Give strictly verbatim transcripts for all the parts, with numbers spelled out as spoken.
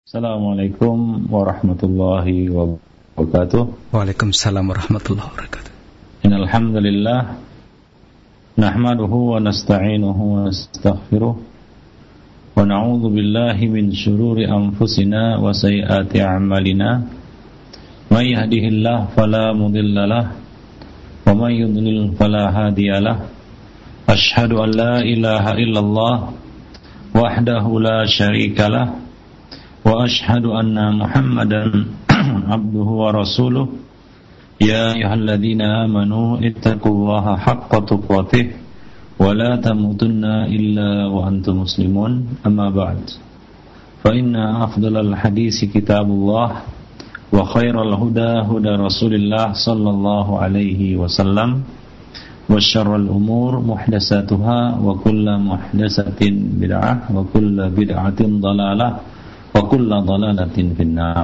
Assalamualaikum warahmatullahi wabarakatuh. Waalaikumsalam warahmatullahi wabarakatuh. Innal hamdalillah nahmaduhu wa nasta'inuhu wa nastaghfiruh wa na'udzu billahi min shururi anfusina wa sayyiati a'malina. May yahdihillahu fala mudilla lahu wa may yudlil fala hadiyalah. Asyhadu an la ilaha illallah wahdahu la syarika lah wa ashhadu anna Muhammadan abduhu wa rasuluh. Ya ayyuhalladzina amanu ittaqullaha haqqa tuqatih wa la tamutunna illa wa antum muslimun. Amma ba'd. Fa inna afdalal hadisi kitabullah wa khairal huda huda Rasulillah sallallahu alaihi wasallam wa syarrul umur muhdatsatuha wa kullu muhdatsatin bid'ah wa kullu bid'atin dhalalah wa kullu dhalalatin finnar.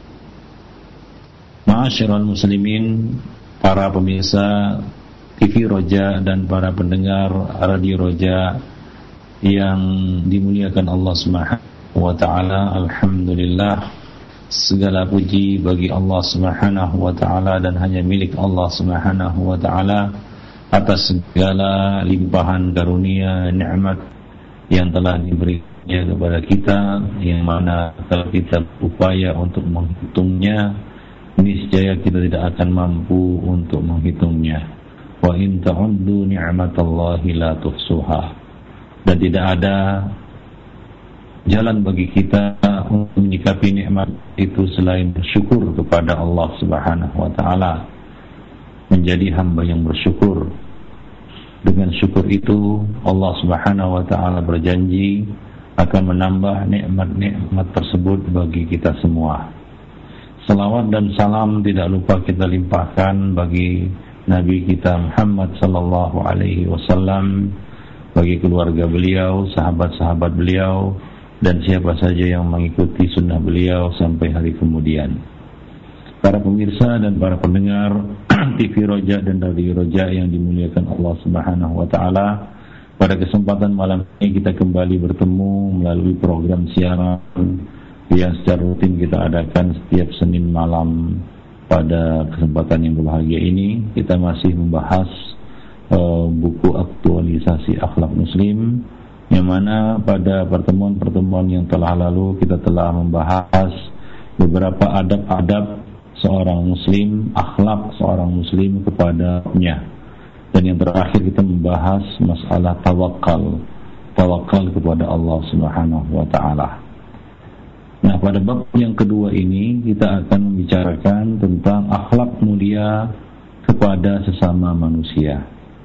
Ma'asyiral muslimin, para pemirsa T V Roja dan para pendengar Radio Roja yang dimuliakan Allah Subhanahu wa taala, alhamdulillah, segala puji bagi Allah Subhanahu wa taala dan hanya milik Allah Subhanahu wa taala atas segala limpahan karunia nikmat yang telah diberikan kepada kita, yang mana kalau kita berupaya untuk menghitungnya, niscaya kita tidak akan mampu untuk menghitungnya. Wa in ta'uddu ni'matallahi la tuhsuha. Dan tidak ada jalan bagi kita untuk menyikapi nikmat itu selain bersyukur kepada Allah Subhanahu wa taala, menjadi hamba yang bersyukur. Dengan syukur itu Allah Subhanahu wa taala berjanji akan menambah nikmat-nikmat tersebut bagi kita semua. Salawat dan salam tidak lupa kita limpahkan bagi Nabi kita Muhammad sallallahu alaihi wasallam, bagi keluarga beliau, sahabat-sahabat beliau, dan siapa saja yang mengikuti sunnah beliau sampai hari kemudian. Para pemirsa dan para pendengar T V Roja dan Radio Roja yang dimuliakan Allah Subhanahu wa taala, pada kesempatan malam ini kita kembali bertemu melalui program siaran yang secara rutin kita adakan setiap Senin malam. Pada kesempatan yang berbahagia ini kita masih membahas uh, buku aktualisasi akhlak muslim, yang mana pada pertemuan-pertemuan yang telah lalu kita telah membahas beberapa adab-adab seorang muslim, akhlak seorang muslim kepadanya. Dan yang terakhir kita membahas masalah tawakal, tawakal kepada Allah Subhanahu wa taala. Nah, pada bab yang kedua ini kita akan membicarakan tentang akhlak mulia kepada sesama manusia,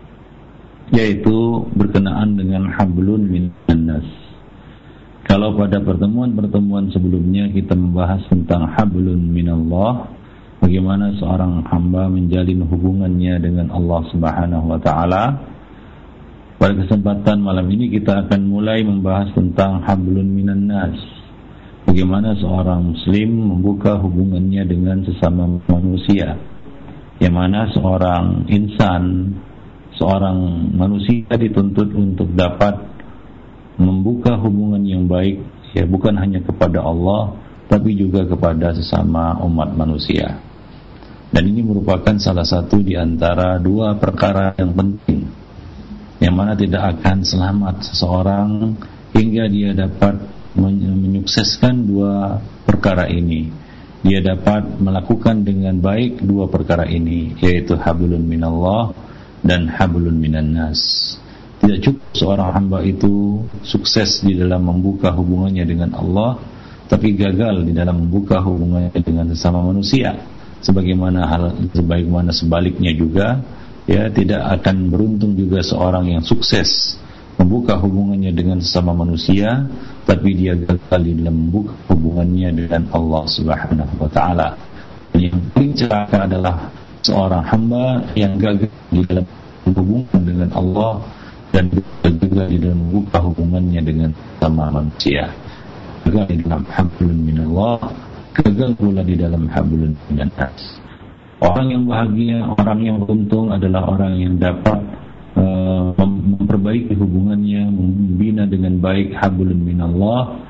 yaitu berkenaan dengan hablun minan nas. Kalau pada pertemuan-pertemuan sebelumnya kita membahas tentang hablun minallah, bagaimana seorang hamba menjalin hubungannya dengan Allah Subhanahu wa taala. Pada kesempatan malam ini kita akan mulai membahas tentang hablun minan nas. Bagaimana seorang muslim membuka hubungannya dengan sesama manusia. Yang mana seorang insan, seorang manusia dituntut untuk dapat membuka hubungan yang baik, ya, bukan hanya kepada Allah tapi juga kepada sesama umat manusia. Dan ini merupakan salah satu di antara dua perkara yang penting, yang mana tidak akan selamat seseorang hingga dia dapat menyukseskan dua perkara ini. Dia dapat melakukan dengan baik dua perkara ini, yaitu hablun minallah dan hablun minan nas. Tidak cukup seorang hamba itu sukses di dalam membuka hubungannya dengan Allah, tapi gagal di dalam membuka hubungannya dengan sesama manusia. Sebagaimana hal sebagaimana sebaliknya juga, ya, tidak akan beruntung juga seorang yang sukses membuka hubungannya dengan sesama manusia tapi dia gagal di dalam membuka hubungannya dengan Allah Subhanahu wa taala. Yang paling celaka adalah seorang hamba yang gagal di dalam hubungan dengan Allah dan juga di dalam membuka hubungannya dengan sesama manusia. Gagal di dalam hablun minallah, gagal pula di dalam hablun minan nas. Orang yang bahagia, orang yang beruntung adalah orang yang dapat uh, memperbaiki hubungannya, membina dengan baik hablun minallah,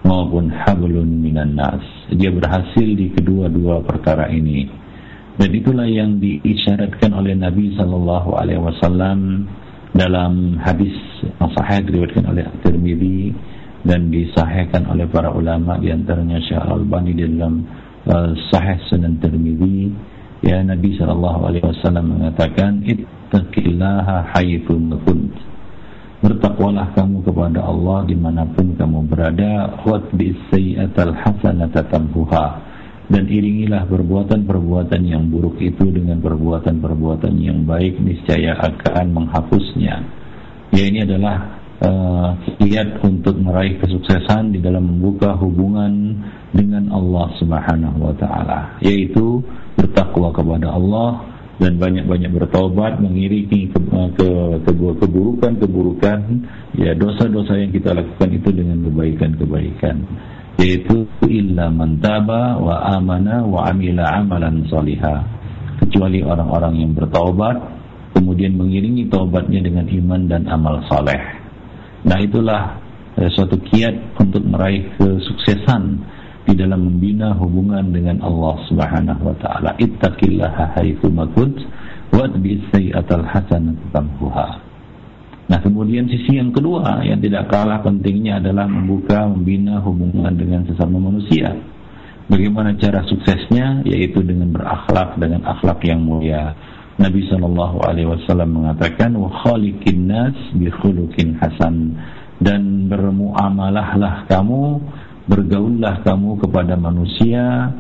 maupun hablun minan nas. Dia berhasil di kedua-dua perkara ini. Dan itulah yang diisyaratkan oleh Nabi sallallahu alaihi wasallam dalam hadis yang sahih diriwayatkan oleh At-Tirmidzi dan disahihkan oleh para ulama, di antaranya Syekh Al-Albani dalam uh, Sahih Sunan Tirmidzi. Ya, Nabi sallallahu alaihi wasallam mengatakan, ittaqillaha haitsu kunt. Bertakwalah kamu kepada Allah dimanapun kamu berada. Watbi sayyi'atal hasanata tamhuha. Dan iringilah perbuatan-perbuatan yang buruk itu dengan perbuatan-perbuatan yang baik, niscaya akan menghapusnya. Ya, ini adalah uh, kiat untuk meraih kesuksesan di dalam membuka hubungan dengan Allah Subhanahu wa taala, yaitu bertakwa kepada Allah dan banyak-banyak bertaubat, mengiringi ke, ke, ke, keburukan-keburukan, ya, dosa-dosa yang kita lakukan itu dengan kebaikan-kebaikan, yaitu illa man taba wa amana wa amila amalan salihah, kecuali orang-orang yang bertaubat kemudian mengiringi taubatnya dengan iman dan amal saleh. Nah, itulah eh, suatu kiat untuk meraih kesuksesan di dalam membina hubungan dengan Allah Subhanahu wa taala. Ittaqillaha haitsu kunt watbi sayyi'atal hasanata tamhuha. Nah, kemudian sisi yang kedua yang tidak kalah pentingnya adalah membuka, membina hubungan dengan sesama manusia. Bagaimana cara suksesnya? Yaitu dengan berakhlak, dengan akhlak yang mulia. Nabi sallallahu alaihi wasallam mengatakan, wa khaliqin nas bi khuluqin hasan. Dan bermuamalahlah kamu, bergaullah kamu kepada manusia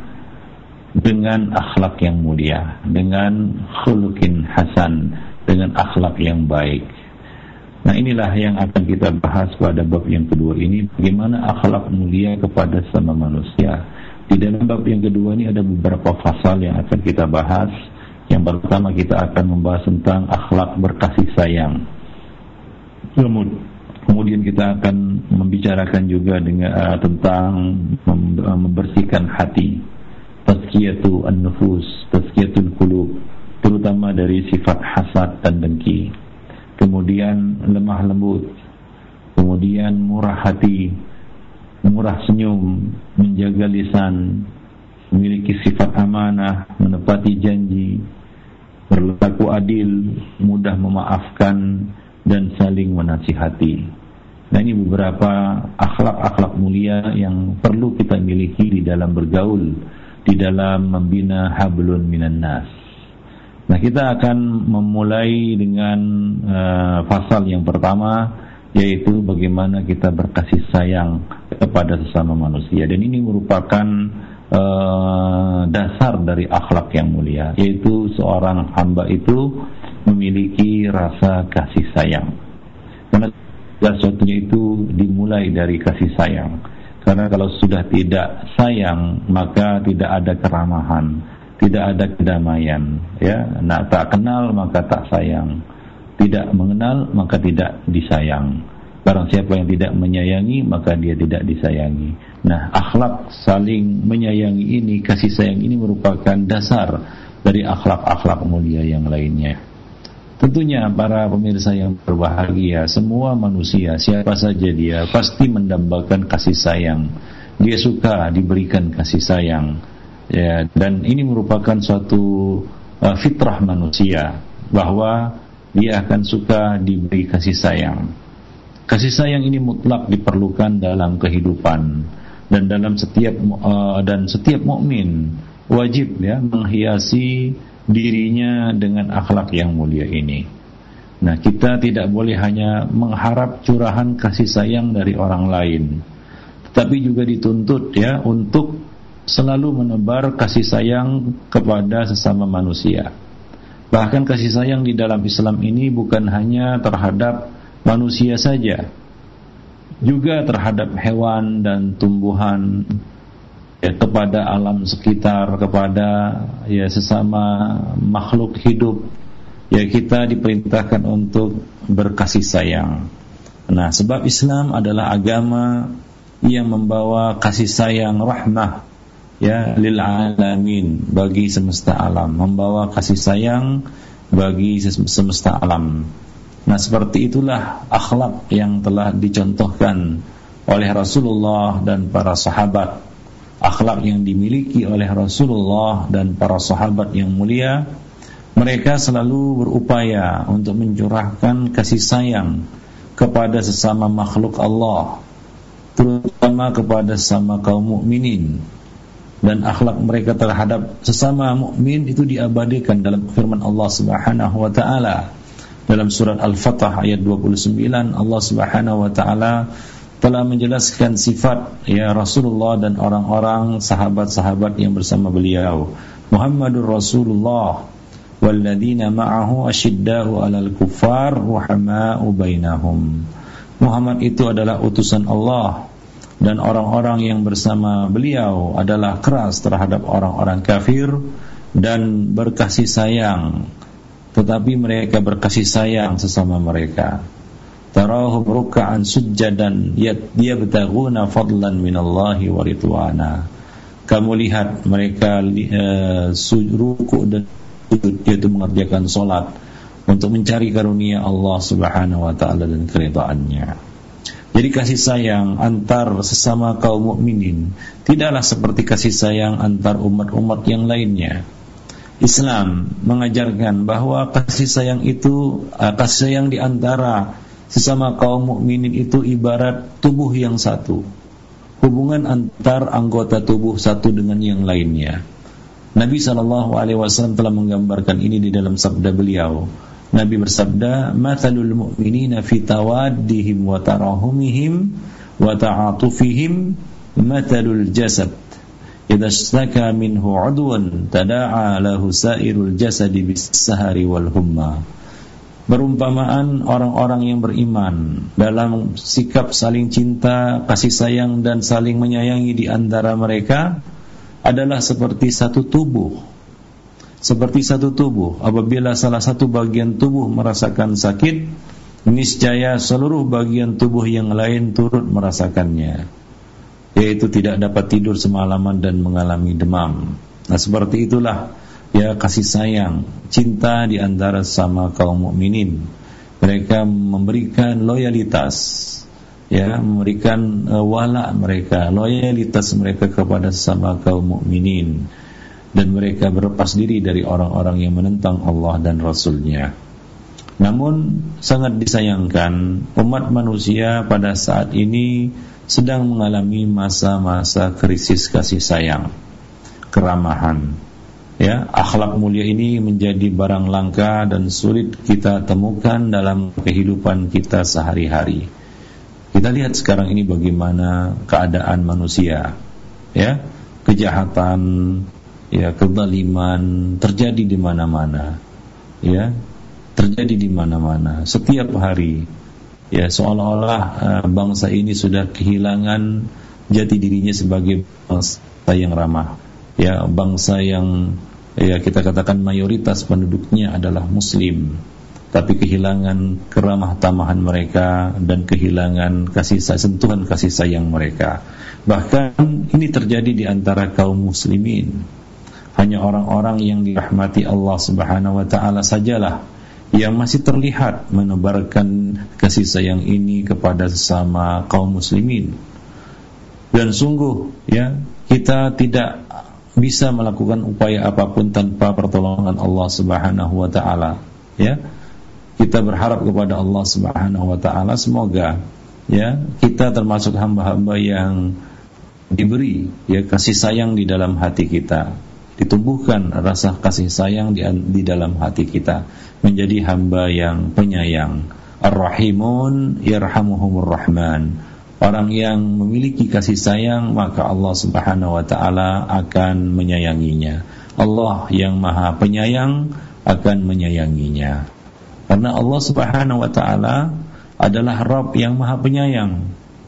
dengan akhlak yang mulia, dengan khuluqin hasan, dengan akhlak yang baik. Nah, inilah yang akan kita bahas pada bab yang kedua ini, bagaimana akhlak mulia kepada sama manusia. Di dalam bab yang kedua ini ada beberapa pasal yang akan kita bahas. Yang pertama, kita akan membahas tentang akhlak berkasih sayang. Kemudian kita akan membicarakan juga dengan uh, tentang mem- membersihkan hati, tazkiyatu an-nufus, tazkiyatul qulub, terutama dari sifat hasad dan dengki. Kemudian lemah lembut, kemudian murah hati, murah senyum, menjaga lisan, memiliki sifat amanah, menepati janji, berlaku adil, mudah memaafkan, dan saling menasihati. Nah, ini beberapa akhlak-akhlak mulia yang perlu kita miliki di dalam bergaul, di dalam membina hablun minan nas. Nah, kita akan memulai dengan uh, pasal yang pertama, yaitu bagaimana kita berkasih sayang kepada sesama manusia. Dan ini merupakan uh, dasar dari akhlak yang mulia, yaitu seorang hamba itu memiliki rasa kasih sayang. Karena sesuatunya itu dimulai dari kasih sayang. Karena kalau sudah tidak sayang, maka tidak ada keramahan, tidak ada kedamaian, ya. Nah, tak kenal maka tak sayang, tidak mengenal maka tidak disayang. Barang siapa yang tidak menyayangi, maka dia tidak disayangi. Nah, akhlak saling menyayangi ini, kasih sayang ini merupakan dasar dari akhlak-akhlak mulia yang lainnya. Tentunya para pemirsa yang berbahagia, semua manusia, siapa saja dia, pasti mendambakan kasih sayang. Dia suka diberikan kasih sayang, ya, dan ini merupakan suatu uh, fitrah manusia, bahwa dia akan suka diberi kasih sayang. Kasih sayang ini mutlak diperlukan dalam kehidupan, dan dalam setiap uh, dan setiap mukmin wajib, ya, menghiasi dirinya dengan akhlak yang mulia ini. Nah, kita tidak boleh hanya mengharap curahan kasih sayang dari orang lain, tetapi juga dituntut, ya, untuk selalu menebar kasih sayang kepada sesama manusia. Bahkan kasih sayang di dalam Islam ini bukan hanya terhadap manusia saja, juga terhadap hewan dan tumbuhan, ya, kepada alam sekitar, kepada, ya, sesama makhluk hidup. Ya, kita diperintahkan untuk berkasih sayang. Nah, sebab Islam adalah agama yang membawa kasih sayang, rahmah, ya, lil alamin, bagi semesta alam, membawa kasih sayang bagi semesta alam. Nah, seperti itulah akhlak yang telah dicontohkan oleh Rasulullah dan para sahabat, akhlak yang dimiliki oleh Rasulullah dan para sahabat yang mulia, mereka selalu berupaya untuk mencurahkan kasih sayang kepada sesama makhluk Allah, terutama kepada sesama kaum mukminin. Dan akhlak mereka terhadap sesama mukmin itu diabadikan dalam firman Allah Subhanahu wa taala. Dalam surat Al-Fatah ayat dua puluh sembilan, Allah Subhanahu wa taala telah menjelaskan sifat ya Rasulullah dan orang-orang sahabat-sahabat yang bersama beliau. Muhammadur Rasulullah walladzina ma'ahu asyidda'u 'alal kuffar rahama'u bainahum. Muhammad itu adalah utusan Allah, dan orang-orang yang bersama beliau adalah keras terhadap orang-orang kafir dan berkasih sayang, tetapi mereka berkasih sayang sesama mereka. Tarahum ruk'an sujjadan yabtaghuna fadlan minallahi wa ridwana. Kamu lihat mereka uh, ruku' dan sujud, yaitu mengerjakan salat untuk mencari karunia Allah Subhanahu wa taala dan keridhaannya. Jadi kasih sayang antar sesama kaum mukminin tidaklah seperti kasih sayang antar umat-umat yang lainnya. Islam mengajarkan bahwa kasih sayang itu, kasih sayang di antara sesama kaum mukminin itu ibarat tubuh yang satu. Hubungan antar anggota tubuh satu dengan yang lainnya. Nabi shallallahu alaihi wasallam telah menggambarkan ini di dalam sabda beliau. Nabi bersabda, "Matsalul mu'minina fi tawaddihim wa tarahumihim wa ta'atufihim matsalul jasad. Idza ishtaka minhu 'udwan tada'a lahu sa'irul jasadi bis-sahari wal humma." Perumpamaan orang-orang yang beriman dalam sikap saling cinta, kasih sayang dan saling menyayangi di antara mereka adalah seperti satu tubuh. Seperti satu tubuh, apabila salah satu bagian tubuh merasakan sakit, niscaya seluruh bagian tubuh yang lain turut merasakannya, yaitu tidak dapat tidur semalaman dan mengalami demam. Nah, seperti itulah ya kasih sayang, cinta di antara sama kaum mukminin. Mereka memberikan loyalitas, ya, memberikan uh, wala mereka, loyalitas mereka kepada sama kaum mukminin. Dan mereka berlepas diri dari orang-orang yang menentang Allah dan Rasul-Nya. Namun sangat disayangkan umat manusia pada saat ini sedang mengalami masa-masa krisis kasih sayang, keramahan. Ya, akhlak mulia ini menjadi barang langka dan sulit kita temukan dalam kehidupan kita sehari-hari. Kita lihat sekarang ini bagaimana keadaan manusia, ya, kejahatan, ya, kezaliman terjadi di mana-mana, ya, terjadi di mana-mana setiap hari, ya, seolah-olah uh, bangsa ini sudah kehilangan jati dirinya sebagai bangsa yang ramah, ya, bangsa yang, ya, kita katakan mayoritas penduduknya adalah Muslim, tapi kehilangan keramah tamahan mereka dan kehilangan kasih sayang, sentuhan kasih sayang mereka. Bahkan ini terjadi di antara kaum muslimin. Hanya orang-orang yang dirahmati Allah Subhanahu wa taala sajalah yang masih terlihat menebarkan kasih sayang ini kepada sesama kaum muslimin. Dan sungguh, ya, kita tidak bisa melakukan upaya apapun tanpa pertolongan Allah Subhanahu wa taala, ya. Kita berharap kepada Allah Subhanahu wa taala semoga, ya, kita termasuk hamba-hamba yang diberi, ya, kasih sayang di dalam hati kita. Ditumbuhkan rasa kasih sayang di, di dalam hati kita, menjadi hamba yang penyayang. Ar-Rahimun yarhamuhumur Rahman. Orang yang memiliki kasih sayang, maka Allah Subhanahu wa taala akan menyayanginya. Allah yang Maha Penyayang akan menyayanginya. Karena Allah Subhanahu wa taala adalah Rabb yang Maha Penyayang.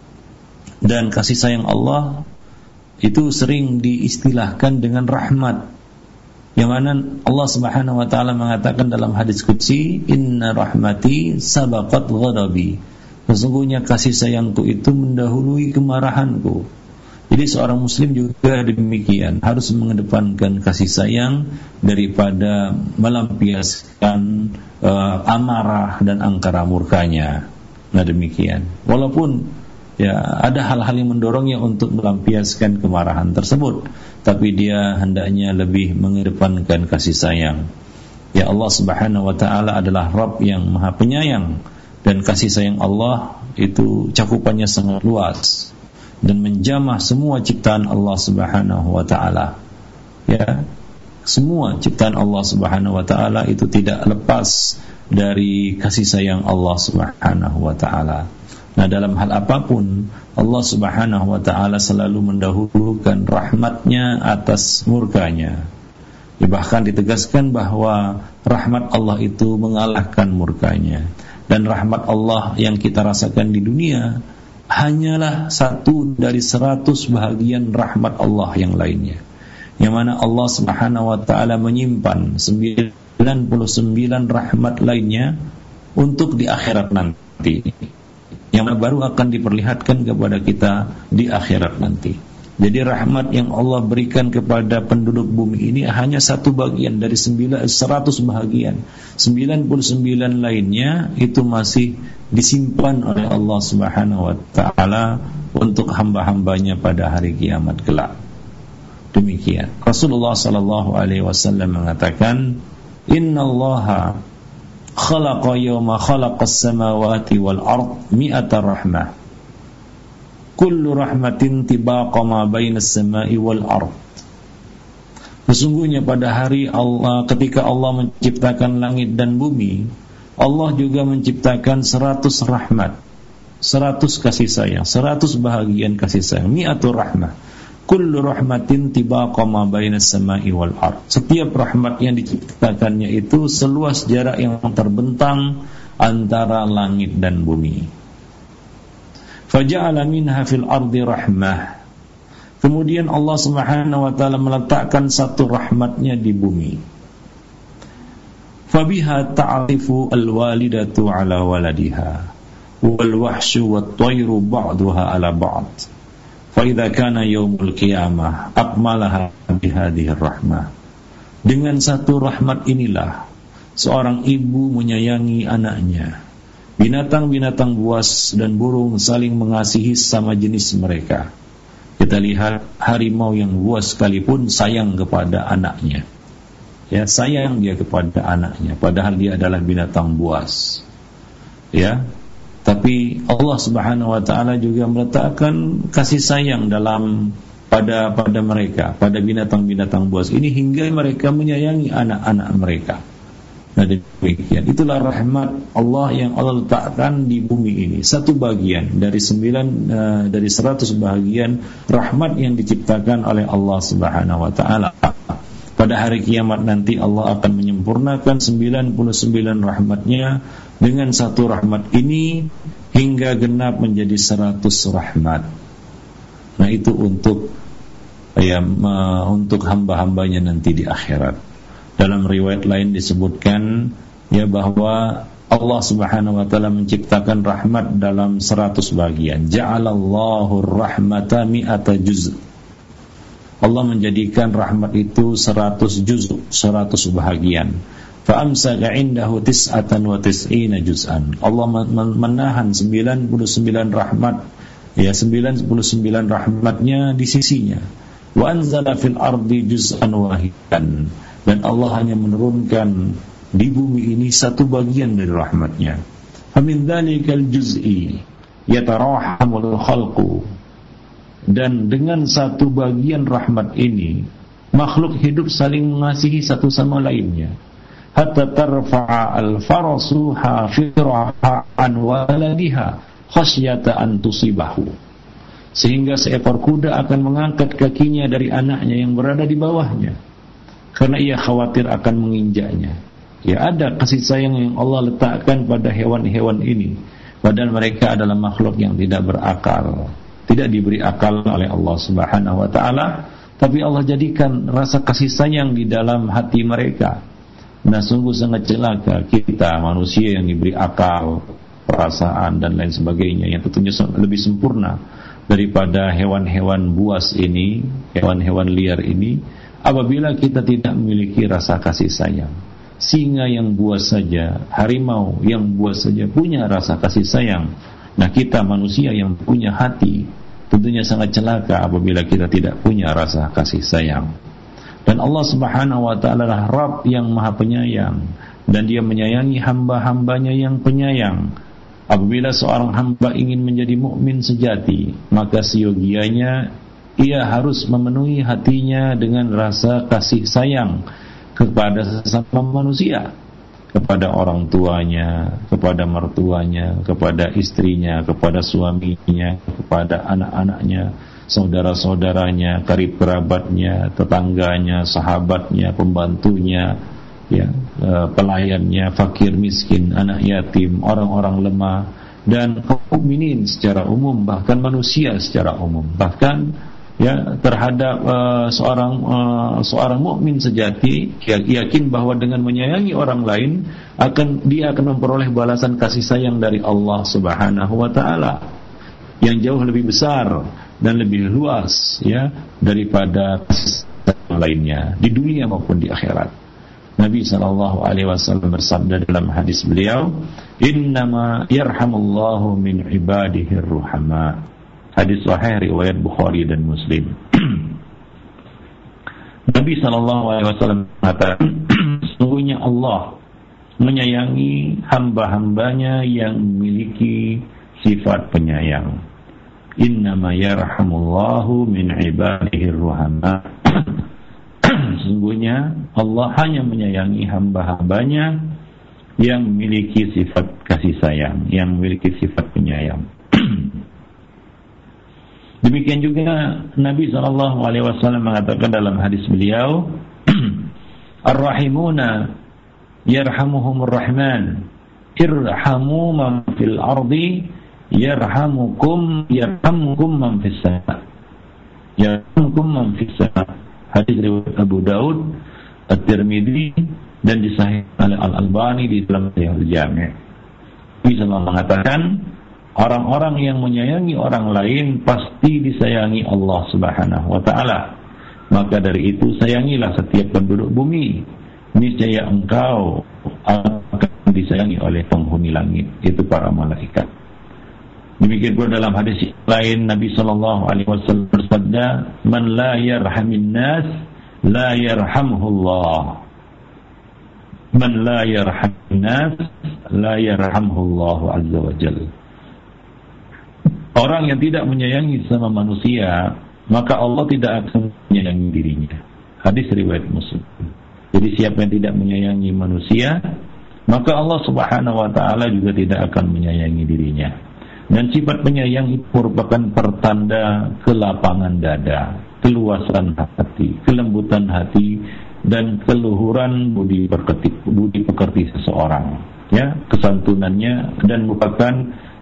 Dan kasih sayang Allah itu sering diistilahkan dengan rahmat, yang mana Allah Subhanahu wa taala mengatakan dalam hadis qudsi, inna rahmati sabaqat ghadabi. Sesungguhnya kasih sayangku itu mendahului kemarahanku. Jadi seorang muslim juga demikian, harus mengedepankan kasih sayang daripada melampiaskan uh, amarah dan angkara murkanya. Nah, demikian. Walaupun, ya ada hal-hal yang mendorongnya untuk melampiaskan kemarahan tersebut, tapi dia hendaknya lebih mengedepankan kasih sayang. Ya, Allah Subhanahu wa taala adalah Rabb yang Maha Penyayang, dan kasih sayang Allah itu cakupannya sangat luas dan menjamah semua ciptaan Allah Subhanahu wa taala. Ya, semua ciptaan Allah Subhanahu wa taala itu tidak lepas dari kasih sayang Allah Subhanahu wa taala. Nah, dalam hal apapun Allah Subhanahu wa taala selalu mendahulukan rahmatnya atas murkanya. Ya, bahkan ditegaskan bahwa rahmat Allah itu mengalahkan murkanya, dan rahmat Allah yang kita rasakan di dunia hanyalah satu dari seratus bahagian rahmat Allah yang lainnya, yang mana Allah Subhanahu wa taala menyimpan sembilan puluh sembilan rahmat lainnya untuk di akhirat nanti, yang baru akan diperlihatkan kepada kita di akhirat nanti. Jadi rahmat yang Allah berikan kepada penduduk bumi ini hanya satu bagian dari seratus bahagian. sembilan puluh sembilan lainnya itu masih disimpan oleh Allah Subhanahu wa taala untuk hamba-hambanya pada hari kiamat kelak. Demikian. Rasulullah sallallahu alaihi wasallam mengatakan, "Innallaha khalaqa yawma khalaqas samawati wal ard mi'ata rahmah. Kullu rahmatin tibaqa ma bainas samai wal ard." Sesungguhnya pada hari Allah, ketika Allah menciptakan langit dan bumi, Allah juga menciptakan seratus rahmat, seratus kasih sayang, seratus bahagian kasih sayang. Mi'atu rahmah. Kullu rahmatin tibaqa ma bainas samai wal ard. Setiap rahmat yang diciptakannya itu seluas jarak yang terbentang antara langit dan bumi. Faja'ala minha fil ardi rahmah. Kemudian Allah Subhanahu wa taala meletakkan satu rahmatnya di bumi. Fabiha ta'rifu al-walidatu ala waladiha wal wahsyu wat tayru ba'daha ala ba'd. Fa idza kana yaumul qiyamah akmalaha bihadhihi rahmah. Dengan satu rahmat inilah seorang ibu menyayangi anaknya. Binatang-binatang buas dan burung saling mengasihi sama jenis mereka. Kita lihat harimau yang buas sekalipun sayang kepada anaknya. Ya, sayang dia kepada anaknya, padahal dia adalah binatang buas. Ya, tapi Allah Subhanahu wa taala juga meletakkan kasih sayang dalam pada pada mereka, pada binatang-binatang buas ini, hingga mereka menyayangi anak-anak mereka. Nah, demikian. Itulah rahmat Allah yang Allah letakkan di bumi ini. Satu bagian dari sembilan uh, dari seratus bahagian rahmat yang diciptakan oleh Allah Subhanahu wa taala. Pada hari kiamat nanti Allah akan menyempurnakan sembilan puluh sembilan rahmatnya dengan satu rahmat ini hingga genap menjadi seratus rahmat. Nah, itu untuk ya uh, untuk hamba-hambanya nanti di akhirat. Dalam riwayat lain disebutkan ya bahwa Allah Subhanahu wa taala menciptakan rahmat dalam seratus bagian. Ja'alallahu rahmata mi'ata juz'. Allah menjadikan rahmat itu seratus juz', seratus bahagian. Fa amsaka indahu tis'atan wa tis'ina juz'an. Allah menahan sembilan puluh sembilan rahmat, ya sembilan puluh sembilan rahmatnya di sisinya. Wa anzala fil ardi juz'an wahidan. Dan Allah hanya menurunkan di bumi ini satu bagian dari rahmatnya. Famin dzalikal juz'i yatarahamul khalqu. Dan dengan satu bagian rahmat ini makhluk hidup saling mengasihi satu sama lainnya. Hatta tarfa'a al-farasu hafiraha an waladiha khasyata an tusibahu. Sehingga seekor kuda akan mengangkat kakinya dari anaknya yang berada di bawahnya, karena ia khawatir akan menginjaknya. Ya, ada kasih sayang yang Allah letakkan pada hewan-hewan ini, padahal mereka adalah makhluk yang tidak berakal, tidak diberi akal oleh Allah Subhanahu wa taala, tapi Allah jadikan rasa kasih sayang di dalam hati mereka. Nah, sungguh sangat celaka kita manusia yang diberi akal, perasaan dan lain sebagainya, yang tentunya lebih sempurna daripada hewan-hewan buas ini, hewan-hewan liar ini. Apabila kita tidak memiliki rasa kasih sayang, singa yang buas saja, harimau yang buas saja punya rasa kasih sayang Nah, kita manusia yang punya hati tentunya sangat celaka apabila kita tidak punya rasa kasih sayang. Dan Allah Subhanahu wa ta'ala adalah Rabb yang Maha Penyayang, dan Dia menyayangi hamba-hambanya yang penyayang. Apabila seorang hamba ingin menjadi mukmin sejati, maka seyogianya ia harus memenuhi hatinya dengan rasa kasih sayang kepada sesama manusia, kepada orang tuanya, kepada mertuanya, kepada istrinya, kepada suaminya, kepada anak-anaknya, saudara-saudaranya, karib kerabatnya, tetangganya, sahabatnya, pembantunya, ya, pelayannya, fakir miskin, anak yatim, orang-orang lemah, dan kaum mukminin secara umum, bahkan manusia secara umum, bahkan ya terhadap uh, seorang uh, seorang mukmin sejati yakin bahwa dengan menyayangi orang lain akan dia akan memperoleh balasan kasih sayang dari Allah Subhanahu wa taala yang jauh lebih besar dan lebih luas ya daripada kasih sayang lainnya di dunia maupun di akhirat. Nabi sallallahu alaihi wasallam bersabda dalam hadis beliau, "Innama yarhamullahu min ibadihi ar-ruhama." Hadis sahih riwayat Bukhari dan Muslim. Nabi sallallahu alaihi wasallam mengatakan, sesungguhnya Allah menyayangi hamba-hambanya yang memiliki sifat penyayang. Innama yarhamullahu min ibadihi ar-ruhama. Sesungguhnya Allah hanya menyayangi hamba-hambanya yang memiliki sifat kasih sayang, yang memiliki sifat penyayang. Demikian juga Nabi sallallahu alaihi wasallam mengatakan dalam hadis beliau, Ar-rahimuna yarhamuhumur rahman, irhamu man fil ardi yarhamukum yarhamukum man fis sama. Yarhamukum man fis sama. Hadis riwayat Abu Daud, At-Tirmidzi, dan disahihkan oleh Al-Albani di dalam Sahih Al-Jami'. Nabi sallallahu mengatakan, orang-orang yang menyayangi orang lain pasti disayangi Allah Subhanahu wa ta'ala. Maka dari itu sayangilah setiap penduduk bumi, niscaya engkau akan disayangi oleh penghuni langit, itu para malaikat. Demikian pula dalam hadis lain Nabi sallallahu alaihi wasallam bersabda, "Man la yarhamin nas la yarhamhullah. Man la yarhamin nas la yarhamhullahu azza wa jalla." Orang yang tidak menyayangi sama manusia, maka Allah tidak akan menyayangi dirinya. Hadis riwayat Muslim. Jadi siapa yang tidak menyayangi manusia, maka Allah Subhanahu wa ta'ala juga tidak akan menyayangi dirinya. Dan sifat penyayang itu merupakan pertanda kelapangan dada, keluasan hati, kelembutan hati, dan keluhuran budi pekerti, budi pekerti seseorang. Ya, kesantunannya, dan merupakan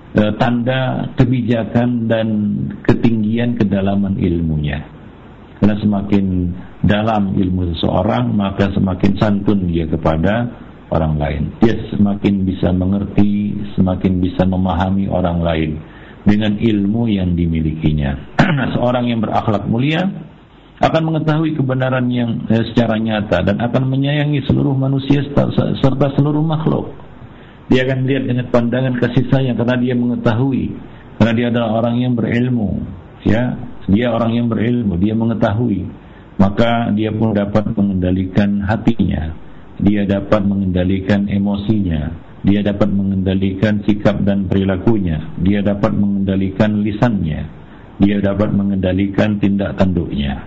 tanda kebijakan dan ketinggian kedalaman ilmunya. Karena semakin dalam ilmu seseorang, maka semakin santun dia kepada orang lain. Dia semakin bisa mengerti, semakin bisa memahami orang lain dengan ilmu yang dimilikinya. Seorang yang berakhlak mulia akan mengetahui kebenaran yang eh, secara nyata dan akan menyayangi seluruh manusia serta seluruh makhluk. Dia akan melihat dengan pandangan kasih sayang karena dia mengetahui, karena dia adalah orang yang berilmu, ya, dia orang yang berilmu, dia mengetahui, maka dia pun dapat mengendalikan hatinya, dia dapat mengendalikan emosinya, dia dapat mengendalikan sikap dan perilakunya, dia dapat mengendalikan lisannya, dia dapat mengendalikan tindak tanduknya.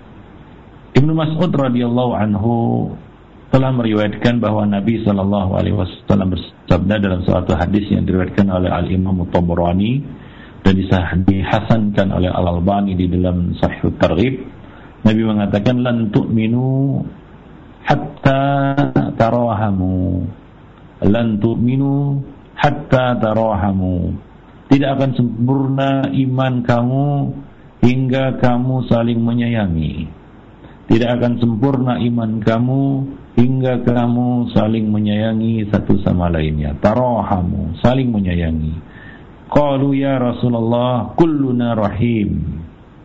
Ibnu Mas'ud radhiyallahu anhu telah meriwayatkan bahwa Nabi sallallahu alaihi wasallam bersabda dalam suatu hadis yang diriwayatkan oleh Al-Imam At-Tabarani dan dihasankan oleh Al-Albani di dalam Sahih At-Targhib. Nabi mengatakan, "Lan tu'minu hatta tarahamu. Lan tu'minu hatta tarahamu." Tidak akan sempurna iman kamu hingga kamu saling menyayangi. Tidak akan sempurna iman kamu hingga kamu saling menyayangi satu sama lainnya. Tarahamu, saling menyayangi. Qalu ya Rasulullah, kulluna rahim.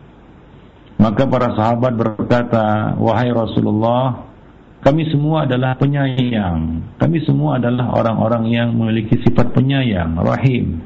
Maka para sahabat berkata, wahai Rasulullah, kami semua adalah penyayang. Kami semua adalah orang-orang yang memiliki sifat penyayang, rahim.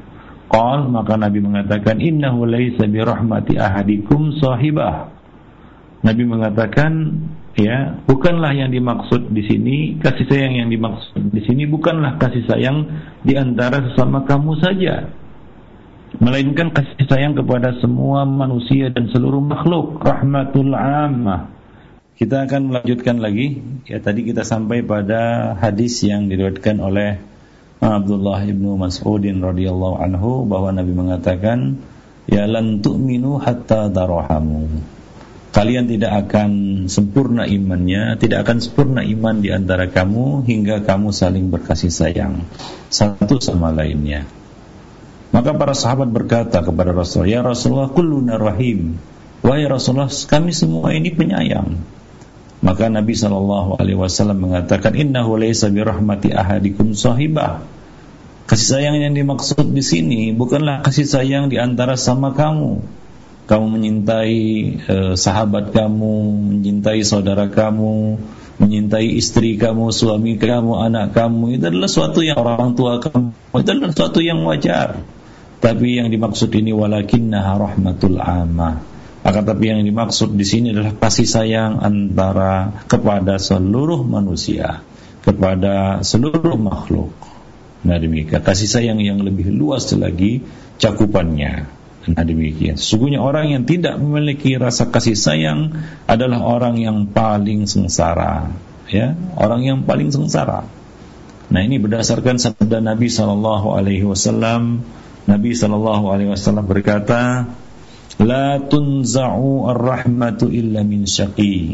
Qal, maka Nabi mengatakan, innahu laisa bi rahmati ahadikum sahibah. Nabi mengatakan, ya, bukanlah yang dimaksud di sini, kasih sayang yang dimaksud di sini bukanlah kasih sayang di antara sesama kamu saja, melainkan kasih sayang kepada semua manusia dan seluruh makhluk, rahmatul ammah. Kita akan melanjutkan lagi. Ya, tadi kita sampai pada hadis yang diriwayatkan oleh Abdullah ibnu Mas'udin radhiyallahu anhu, bahwa Nabi mengatakan, ya lan tu'minu hatta tarahamu. Kalian tidak akan sempurna imannya, tidak akan sempurna iman di antara kamu hingga kamu saling berkasih sayang satu sama lainnya. Maka para sahabat berkata kepada Rasulullah, ya Rasulullah, kulluna rahim. Wahai Rasulullah, kami semua ini penyayang. Maka Nabi shallallahu alaihi wasallam mengatakan, innahu laisa bi rahmati ahadikum sahibah. Kasih sayang yang dimaksud di sini bukanlah kasih sayang di antara sama kamu. Kamu menyintai eh, sahabat kamu, menyintai saudara kamu, menyintai istri kamu, suami kamu, anak kamu. Itu adalah suatu yang orang tua kamu. Itu adalah suatu yang wajar. Tapi yang dimaksud ini walakinnaha rahmatul ammah. Akan tapi yang dimaksud di sini adalah kasih sayang antara kepada seluruh manusia, kepada seluruh makhluk. Nah demikian, kasih sayang yang lebih luas lagi cakupannya. Nah demikian, sesungguhnya orang yang tidak memiliki rasa kasih sayang adalah orang yang paling sengsara, ya, orang yang paling sengsara. Nah ini berdasarkan sabda Nabi sallallahu alaihi wasallam. Nabi sallallahu alaihi wasallam berkata, la tunza'u ar-rahmatu illa min syaqi.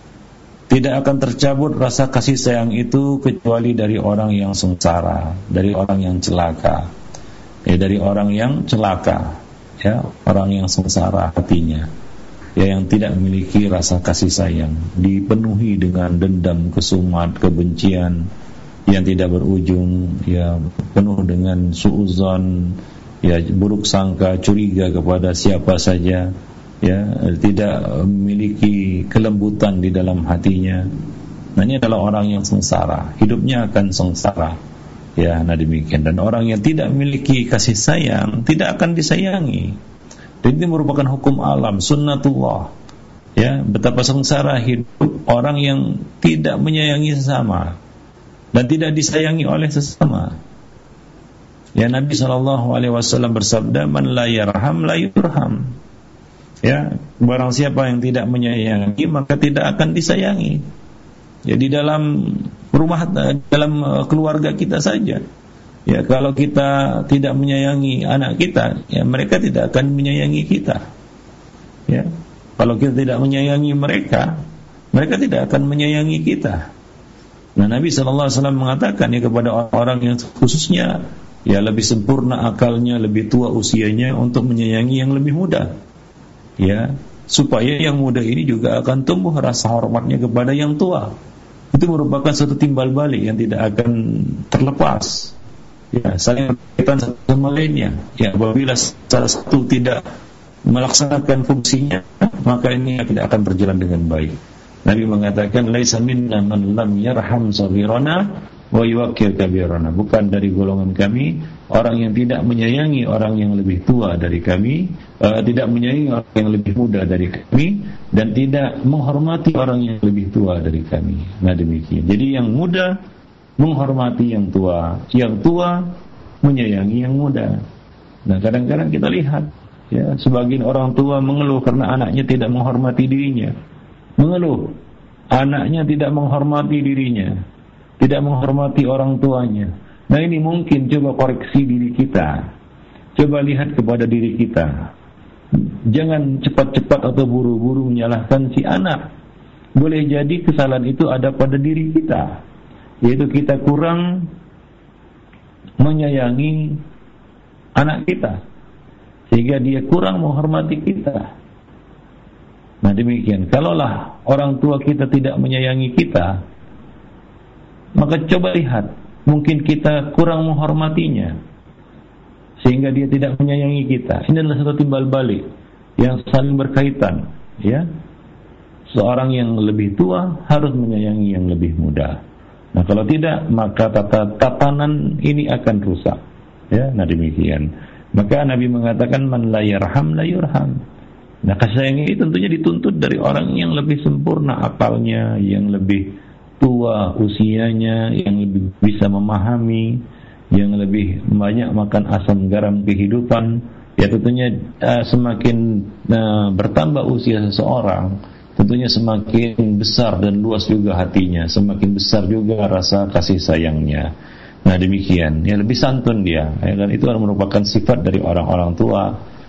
Tidak akan tercabut rasa kasih sayang itu kecuali dari orang yang sengsara, dari orang yang celaka, ya, dari orang yang celaka, ya, orang yang sengsara hatinya, ya, yang tidak memiliki rasa kasih sayang, dipenuhi dengan dendam, kesumat, kebencian yang tidak berujung, ya, penuh dengan suudzon, ya, buruk sangka, curiga kepada siapa saja, ya, tidak memiliki kelembutan di dalam hatinya. Nah ini adalah orang yang sengsara, hidupnya akan sengsara, ya. Nah demikian, dan orang yang tidak memiliki kasih sayang tidak akan disayangi. Dan ini merupakan hukum alam, sunnatullah, ya. Betapa sengsara hidup orang yang tidak menyayangi sesama dan tidak disayangi oleh sesama. Ya, Nabi shallallahu alaihi wasallam bersabda, man la yarham la yurham. Ya, barang siapa yang tidak menyayangi maka tidak akan disayangi. Ya, di dalam rumah, dalam keluarga kita saja. Ya, kalau kita tidak menyayangi anak kita, ya mereka tidak akan menyayangi kita. Ya, kalau kita tidak menyayangi mereka, mereka tidak akan menyayangi kita. Nah, Nabi shallallahu alaihi wasallam mengatakan, ya, kepada orang yang khususnya, ya, lebih sempurna akalnya, lebih tua usianya, untuk menyayangi yang lebih muda, ya, supaya yang muda ini juga akan tumbuh rasa hormatnya kepada yang tua. Itu merupakan satu timbal balik yang tidak akan terlepas, ya, saling berkaitan satu sama lainnya. Ya, apabila salah satu tidak melaksanakan fungsinya, maka ini tidak akan berjalan dengan baik. Nabi mengatakan, laisa minna man lam yarham saghirana wa yuwaqqir kabirana. Bukan dari golongan kami orang yang tidak menyayangi orang yang lebih tua dari kami, uh, tidak menyayangi orang yang lebih muda dari kami, dan tidak menghormati orang yang lebih tua dari kami. Nah demikian. Jadi yang muda menghormati yang tua, yang tua menyayangi yang muda. Nah kadang-kadang kita lihat, ya, sebagian orang tua mengeluh karena anaknya tidak menghormati dirinya. Mengeluh, anaknya tidak menghormati dirinya, tidak menghormati orang tuanya. Nah ini mungkin coba koreksi diri kita, coba lihat kepada diri kita. Jangan cepat-cepat atau buru-buru menyalahkan si anak. Boleh jadi kesalahan itu ada pada diri kita, yaitu kita kurang menyayangi anak kita, sehingga dia kurang menghormati kita. Nah demikian, kalaulah orang tua kita tidak menyayangi kita, maka coba lihat, mungkin kita kurang menghormatinya sehingga dia tidak menyayangi kita. Ini adalah satu timbal balik yang saling berkaitan, ya. Seorang yang lebih tua harus menyayangi yang lebih muda. Nah kalau tidak, maka tata, tatanan ini akan rusak, ya. Nah demikian. Maka Nabi mengatakan man la yarham la yurham. Nah, kasih sayang ini tentunya dituntut dari orang yang lebih sempurna akalnya, yang lebih tua usianya, yang lebih bisa memahami, yang lebih banyak makan asam garam kehidupan. Ya tentunya uh, semakin uh, bertambah usia seseorang, tentunya semakin besar dan luas juga hatinya, semakin besar juga rasa kasih sayangnya. Nah demikian, ya lebih santun dia, ya, dan itu merupakan sifat dari orang-orang tua.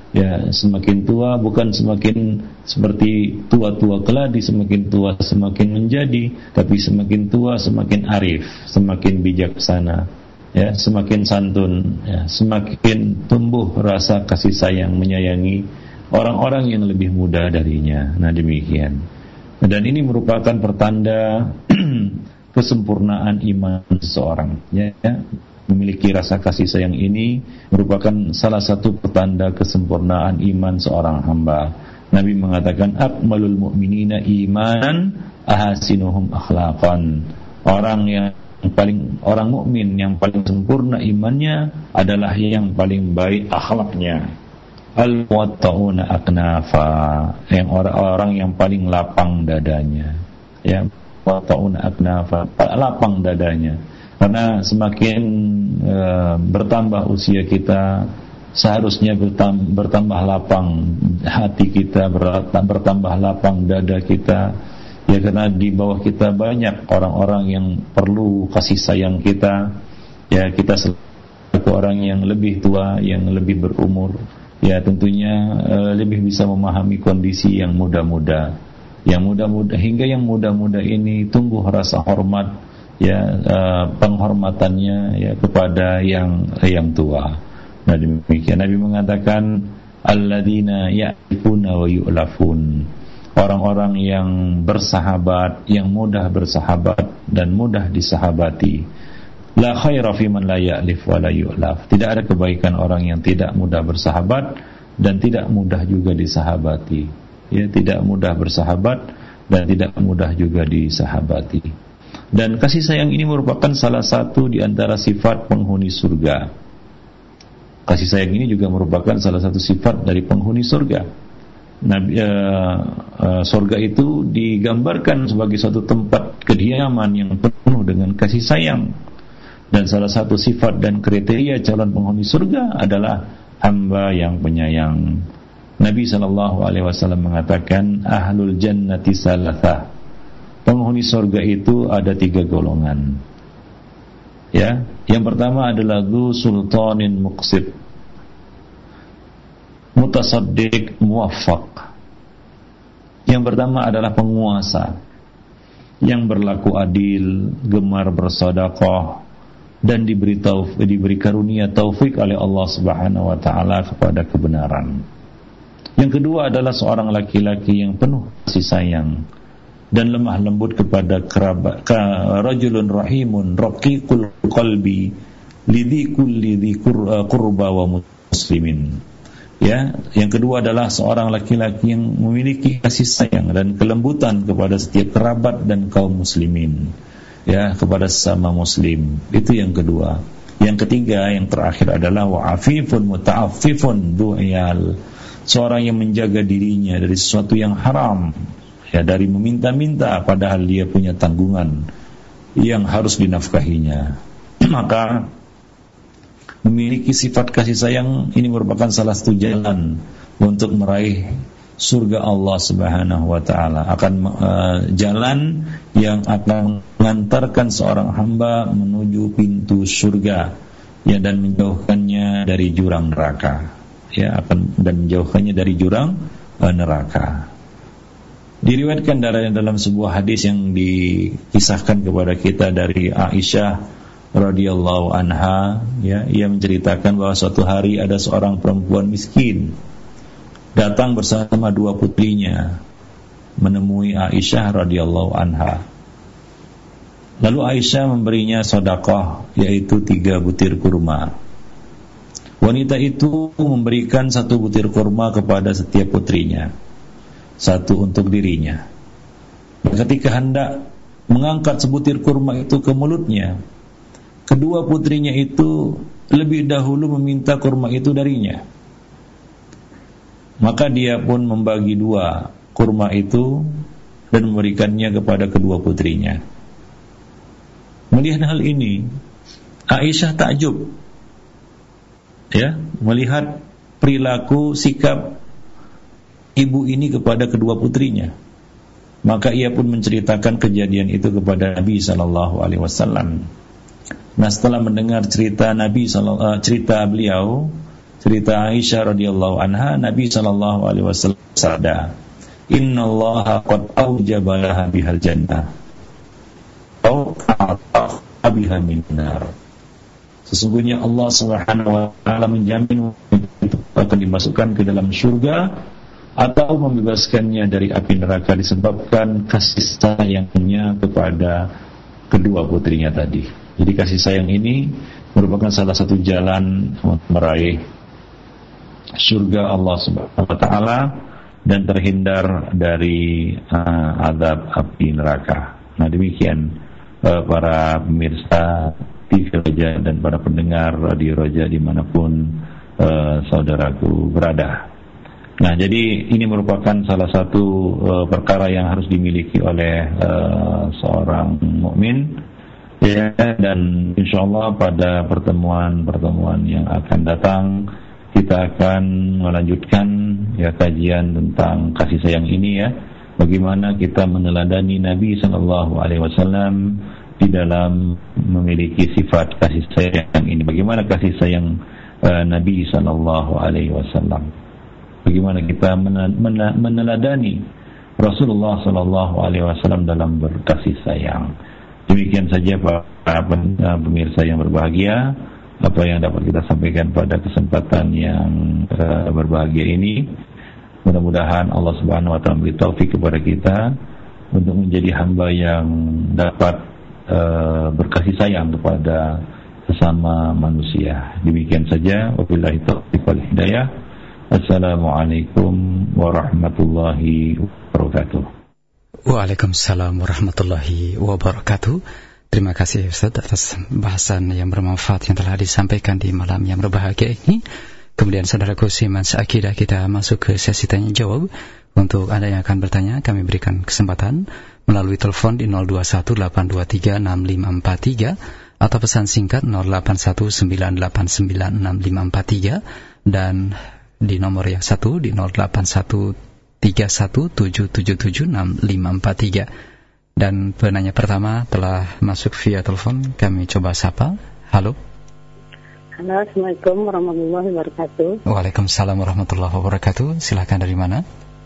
Ya semakin tua bukan semakin seperti tua-tua keladi, semakin tua semakin menjadi, tapi semakin tua semakin arif, semakin bijaksana, ya semakin santun, ya, semakin tumbuh rasa kasih sayang menyayangi orang-orang yang lebih muda darinya. Nah demikian. Dan ini merupakan pertanda kesempurnaan iman seseorang, ya, ya. Memiliki rasa kasih sayang ini merupakan salah satu pertanda kesempurnaan iman seorang hamba. Nabi mengatakan akmalul mu'minina imanan ahasinuhum akhlaqan. Orang yang paling orang mukmin yang paling sempurna imannya adalah yang paling baik akhlaknya. Al-muwatta'una aknafa, yang orang-orang yang paling lapang dadanya. Ya, muwatta'una aknafa, lapang dadanya. Karena semakin e, bertambah usia kita, seharusnya bertambah, bertambah lapang hati kita, bertambah lapang dada kita. Ya, karena di bawah kita banyak orang-orang yang perlu kasih sayang kita. Ya, kita selaku orang yang lebih tua, yang lebih berumur, ya tentunya e, lebih bisa memahami kondisi yang muda-muda. Yang muda-muda hingga yang muda-muda ini tumbuh rasa hormat, ya uh, penghormatannya ya kepada yang yang tua. Nah demikian Nabi mengatakan alladzina ya'rifuna wa yu'lafun, orang-orang yang bersahabat, yang mudah bersahabat dan mudah disahabati. La khaira fi man la ya'lif wa la yu'laf. Tidak ada kebaikan orang yang tidak mudah bersahabat dan tidak mudah juga disahabati. Ya, tidak mudah bersahabat dan tidak mudah juga disahabati. Dan kasih sayang ini merupakan salah satu di antara sifat penghuni surga. Kasih sayang ini juga merupakan salah satu sifat dari penghuni surga. Nabi, uh, uh, surga itu digambarkan sebagai suatu tempat kediaman yang penuh dengan kasih sayang. Dan salah satu sifat dan kriteria calon penghuni surga adalah hamba yang penyayang. Nabi shallallahu alaihi wasallam mengatakan ahlul jannati salatah, penghuni surga itu ada tiga golongan. Ya, yang pertama adalah dzu sultanin muqsit, mutasaddiq muwaffaq. Yang pertama adalah penguasa yang berlaku adil, gemar bersedekah dan diberi taufik, diberi karunia taufik oleh Allah Subhanahu wa taala kepada kebenaran. Yang kedua adalah seorang laki-laki yang penuh kasih sayang dan lemah lembut kepada kerabat, rajulun rahimun raqiqul qalbi lidhi kulli dhi qurba wa muslimin. Ya, yang kedua adalah seorang laki-laki yang memiliki kasih sayang dan kelembutan kepada setiap kerabat dan kaum muslimin. Ya, kepada sesama muslim. Itu yang kedua. Yang ketiga, yang terakhir adalah wa'afifun muta'affifun du'iyal, seorang yang menjaga dirinya dari sesuatu yang haram, ya, dari meminta-minta padahal dia punya tanggungan yang harus dinafkahinya. Maka memiliki sifat kasih sayang ini merupakan salah satu jalan untuk meraih surga Allah Subhanahu wa taala, akan uh, jalan yang akan mengantarkan seorang hamba menuju pintu surga, ya, dan menjauhkannya dari jurang neraka, ya, akan dan menjauhkannya dari jurang uh, neraka. Diriwayatkan dalam, dalam sebuah hadis yang dikisahkan kepada kita dari Aisyah radhiyallahu anha, ya, ia menceritakan bahwa suatu hari ada seorang perempuan miskin datang bersama dua putrinya menemui Aisyah radhiyallahu anha. Lalu Aisyah memberinya sedekah, yaitu tiga butir kurma. Wanita itu memberikan satu butir kurma kepada setiap putrinya, satu untuk dirinya. Ketika hendak mengangkat sebutir kurma itu ke mulutnya, kedua putrinya itu lebih dahulu meminta kurma itu darinya. Maka dia pun membagi dua kurma itu dan memberikannya kepada kedua putrinya. Melihat hal ini, Aisyah takjub, ya, melihat perilaku sikap ibu ini kepada kedua putrinya. Maka ia pun menceritakan kejadian itu kepada Nabi sallallahu alaihi wasallam. Nah, setelah mendengar cerita Nabi uh, cerita beliau, cerita Aisyah radhiyallahu anha, Nabi sallallahu alaihi wasallam bersabda, "Innallaha qad aujaba laha bihal jannah. Au a'taqa biha min nar." Sesungguhnya Allah Subhanahu wa taala menjamin itu akan dimasukkan ke dalam surga atau membebaskannya dari api neraka disebabkan kasih sayangnya kepada kedua putrinya tadi. Jadi kasih sayang ini merupakan salah satu jalan meraih surga Allah Subhanahu wa taala dan terhindar dari uh, azab api neraka. Nah, demikian uh, para pemirsa T V Roja dan para pendengar Radio Roja dimanapun uh, saudaraku berada. Nah, jadi ini merupakan salah satu uh, perkara yang harus dimiliki oleh uh, seorang mukmin, ya, dan insyaallah pada pertemuan-pertemuan yang akan datang kita akan melanjutkan ya kajian tentang kasih sayang ini, ya. Bagaimana kita meneladani Nabi sallallahu alaihi wasallam di dalam memiliki sifat kasih sayang ini. Bagaimana kasih sayang uh, Nabi sallallahu alaihi wasallam? Bagaimana kita meneladani Rasulullah sallallahu alaihi wasallam dalam berkasih sayang. Demikian saja para pemirsa yang berbahagia, apa yang dapat kita sampaikan pada kesempatan yang uh, berbahagia ini. Mudah-mudahan Allah Subhanahu wa taala memberi taufik kepada kita untuk menjadi hamba yang dapat uh, berkasih sayang kepada sesama manusia. Demikian saja, wabillahi taufiq wal hidayah. Assalamualaikum warahmatullahi wabarakatuh. Waalaikumsalam warahmatullahi wabarakatuh. Terima kasih Ustaz atas bahasan yang bermanfaat yang telah disampaikan di malam yang berbahagia ini. Kemudian saudaraku siman seakidah, kita masuk ke sesi tanya jawab. Untuk Anda yang akan bertanya, kami berikan kesempatan melalui telepon di nol dua satu delapan dua tiga enam lima empat tiga atau pesan singkat nol delapan satu sembilan delapan sembilan enam lima empat tiga dan di nomor yang satu di nol delapan satu tiga satu tujuh tujuh tujuh enam lima empat tiga. Dan penanya pertama telah masuk via telepon, kami coba sapa. Halo. Halo, Assalamualaikum warahmatullahi wabarakatuh. Waalaikumsalam warahmatullahi wabarakatuh. Silakan, dari mana?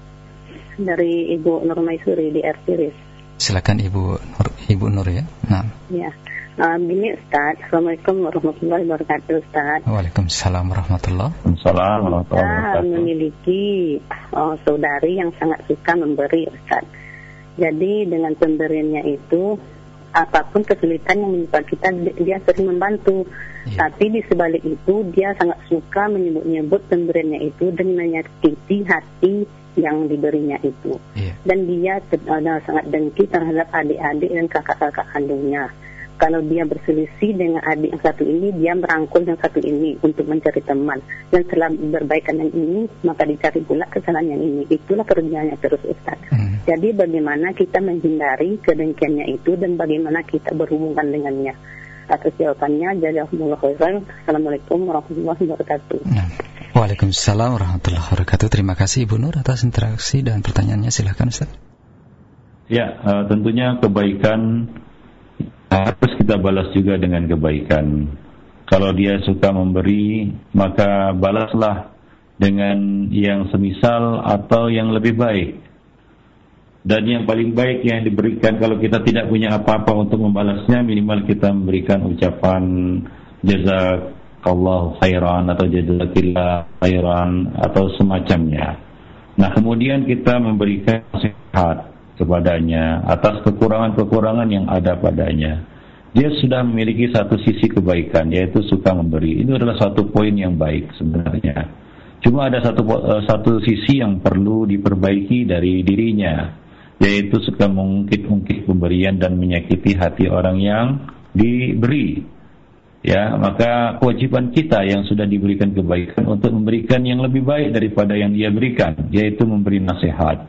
Dari Ibu Nur Maisuri di Ertiris. Silakan Ibu Nur, Ibu Nur ya. Nah. Ya. Uh, Bini Ustaz, Assalamualaikum warahmatullahi wabarakatuh Ustaz. Waalaikumsalam warahmatullahi wabarakatuh. Kita memiliki uh, saudari yang sangat suka memberi Ustaz. Jadi dengan pemberiannya itu, apapun kesulitan yang menimpa kita, dia sering membantu. Yeah. Tapi di sebalik itu dia sangat suka menyebut-nyebut pemberiannya itu dan menyakiti hati yang diberinya itu. Yeah. Dan dia uh, sangat dengki terhadap adik-adik dan kakak-kakak kandungnya. Kalau dia berselisih dengan adik yang satu ini, dia merangkul yang satu ini untuk mencari teman. Dan setelah berbaikan yang ini, maka dicari pula kesalahan yang ini. Itulah kerjanya terus Ustaz. Hmm. Jadi bagaimana kita menghindari kedengkiannya itu dan bagaimana kita berhubungan dengannya. Atas jawabannya, jazakumullah khairan. Assalamualaikum warahmatullahi wabarakatuh. Nah. Waalaikumsalam warahmatullahi wabarakatuh. Terima kasih Ibu Nur atas interaksi dan pertanyaannya. Silakan Ustaz. Ya, uh, tentunya kebaikan harus kita balas juga dengan kebaikan. Kalau dia suka memberi, maka balaslah dengan yang semisal atau yang lebih baik. Dan yang paling baik yang diberikan, kalau kita tidak punya apa-apa untuk membalasnya, minimal kita memberikan ucapan jazakallahu khairan atau jazakillah khairan atau semacamnya. Nah, kemudian kita memberikan nasihat kepadanya atas kekurangan-kekurangan yang ada padanya. Dia sudah memiliki satu sisi kebaikan, yaitu suka memberi. Itu adalah satu poin yang baik sebenarnya. Cuma ada satu satu sisi yang perlu diperbaiki dari dirinya, yaitu suka mengungkit-ungkit pemberian dan menyakiti hati orang yang diberi. ya, maka kewajiban kita yang sudah diberikan kebaikan untuk memberikan yang lebih baik daripada yang dia berikan, yaitu memberi nasihat.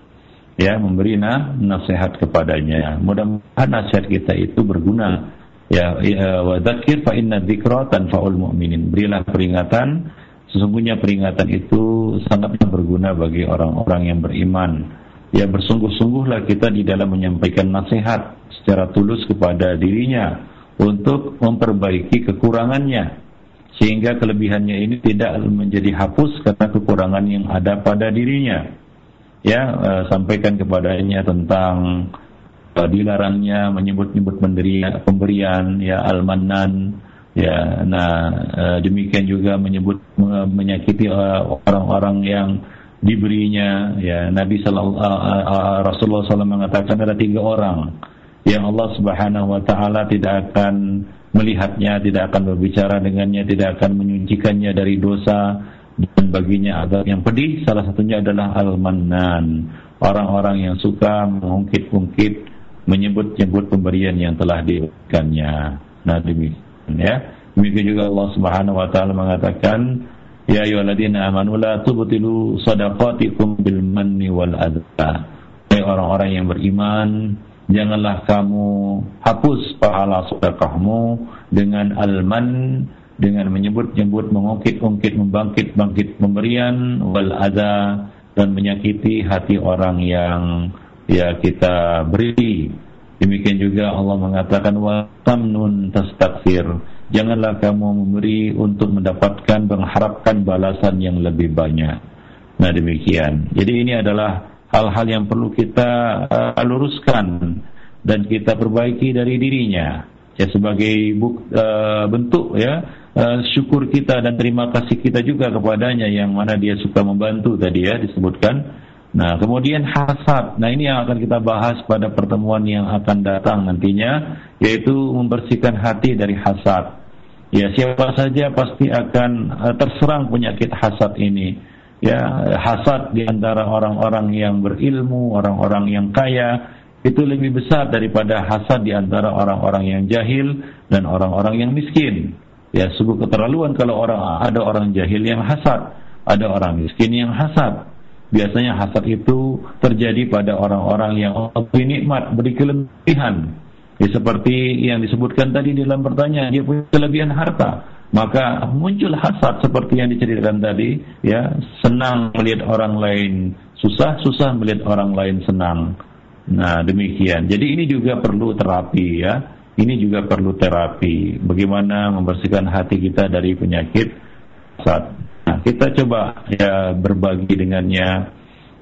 Ya, memberi na, nasihat kepadanya. Mudah-mudahan nasihat kita itu berguna. Ya, wa dzakir fa inna dzikra tanfa'ul mu'minin. Berilah peringatan, sesungguhnya peringatan itu sangatlah berguna bagi orang-orang yang beriman. Ya, bersungguh-sungguhlah kita di dalam menyampaikan nasihat secara tulus kepada dirinya untuk memperbaiki kekurangannya, sehingga kelebihannya ini tidak menjadi hapus karena kekurangan yang ada pada dirinya. Ya, uh, sampaikan kepadanya tentang uh, dilarangnya menyebut-nyebut pemberian, pemberian ya al-mannan, ya. Nah, uh, demikian juga menyebut uh, menyakiti uh, orang-orang yang diberinya. Ya, Nabi sallallahu uh, uh, Rasulullah sallallahu alaihi wasallam mengatakan ada tiga orang yang Allah Subhanahu wa taala tidak akan melihatnya, tidak akan berbicara dengannya, tidak akan menyucikannya dari dosa, dan baginya azab yang pedih. Salah satunya adalah al-mannan, orang-orang yang suka mengungkit-ungkit, menyebut-nyebut pemberian yang telah diberikannya. Nah, demikian ya. Demikian juga Allah Subhanahu wa taala mengatakan, ya ayyuhalladzina amanu la tubtilu shadaqatikum bil manni wal adza. Hai orang-orang yang beriman, janganlah kamu hapus pahala sedekahmu dengan al-man, dengan menyebut-nyebut, mengungkit-ungkit, membangkit-bangkit pemberian, wal adza, dan menyakiti hati orang yang ya kita beri. Demikian juga Allah mengatakan wa tamnun tastakfir. Janganlah kamu memberi untuk mendapatkan, mengharapkan balasan yang lebih banyak. Nah, demikian. Jadi ini adalah hal-hal yang perlu kita uh, luruskan dan kita perbaiki dari dirinya. Ya, sebagai buk, uh, bentuk ya Uh, syukur kita dan terima kasih kita juga kepadanya yang mana dia suka membantu tadi ya disebutkan. Nah, kemudian hasad. Nah, ini yang akan kita bahas pada pertemuan yang akan datang nantinya, yaitu membersihkan hati dari hasad. Ya, siapa saja pasti akan uh, terserang penyakit hasad ini. Ya, hasad di antara orang-orang yang berilmu, orang-orang yang kaya, itu lebih besar daripada hasad di antara orang-orang yang jahil dan orang-orang yang miskin. Ya, sungguh keterlaluan kalau orang ada orang jahil yang hasad, ada orang miskin yang hasad. Biasanya hasad itu terjadi pada orang-orang yang beri nikmat, beri kelebihan. Ya, seperti yang disebutkan tadi dalam pertanyaan, dia punya kelebihan harta, maka muncul hasad seperti yang diceritakan tadi. Ya, senang melihat orang lain susah, susah melihat orang lain senang. Nah, demikian. Jadi ini juga perlu terapi ya. Ini juga perlu terapi. Bagaimana membersihkan hati kita dari penyakit hasad. Nah, kita coba ya berbagi dengannya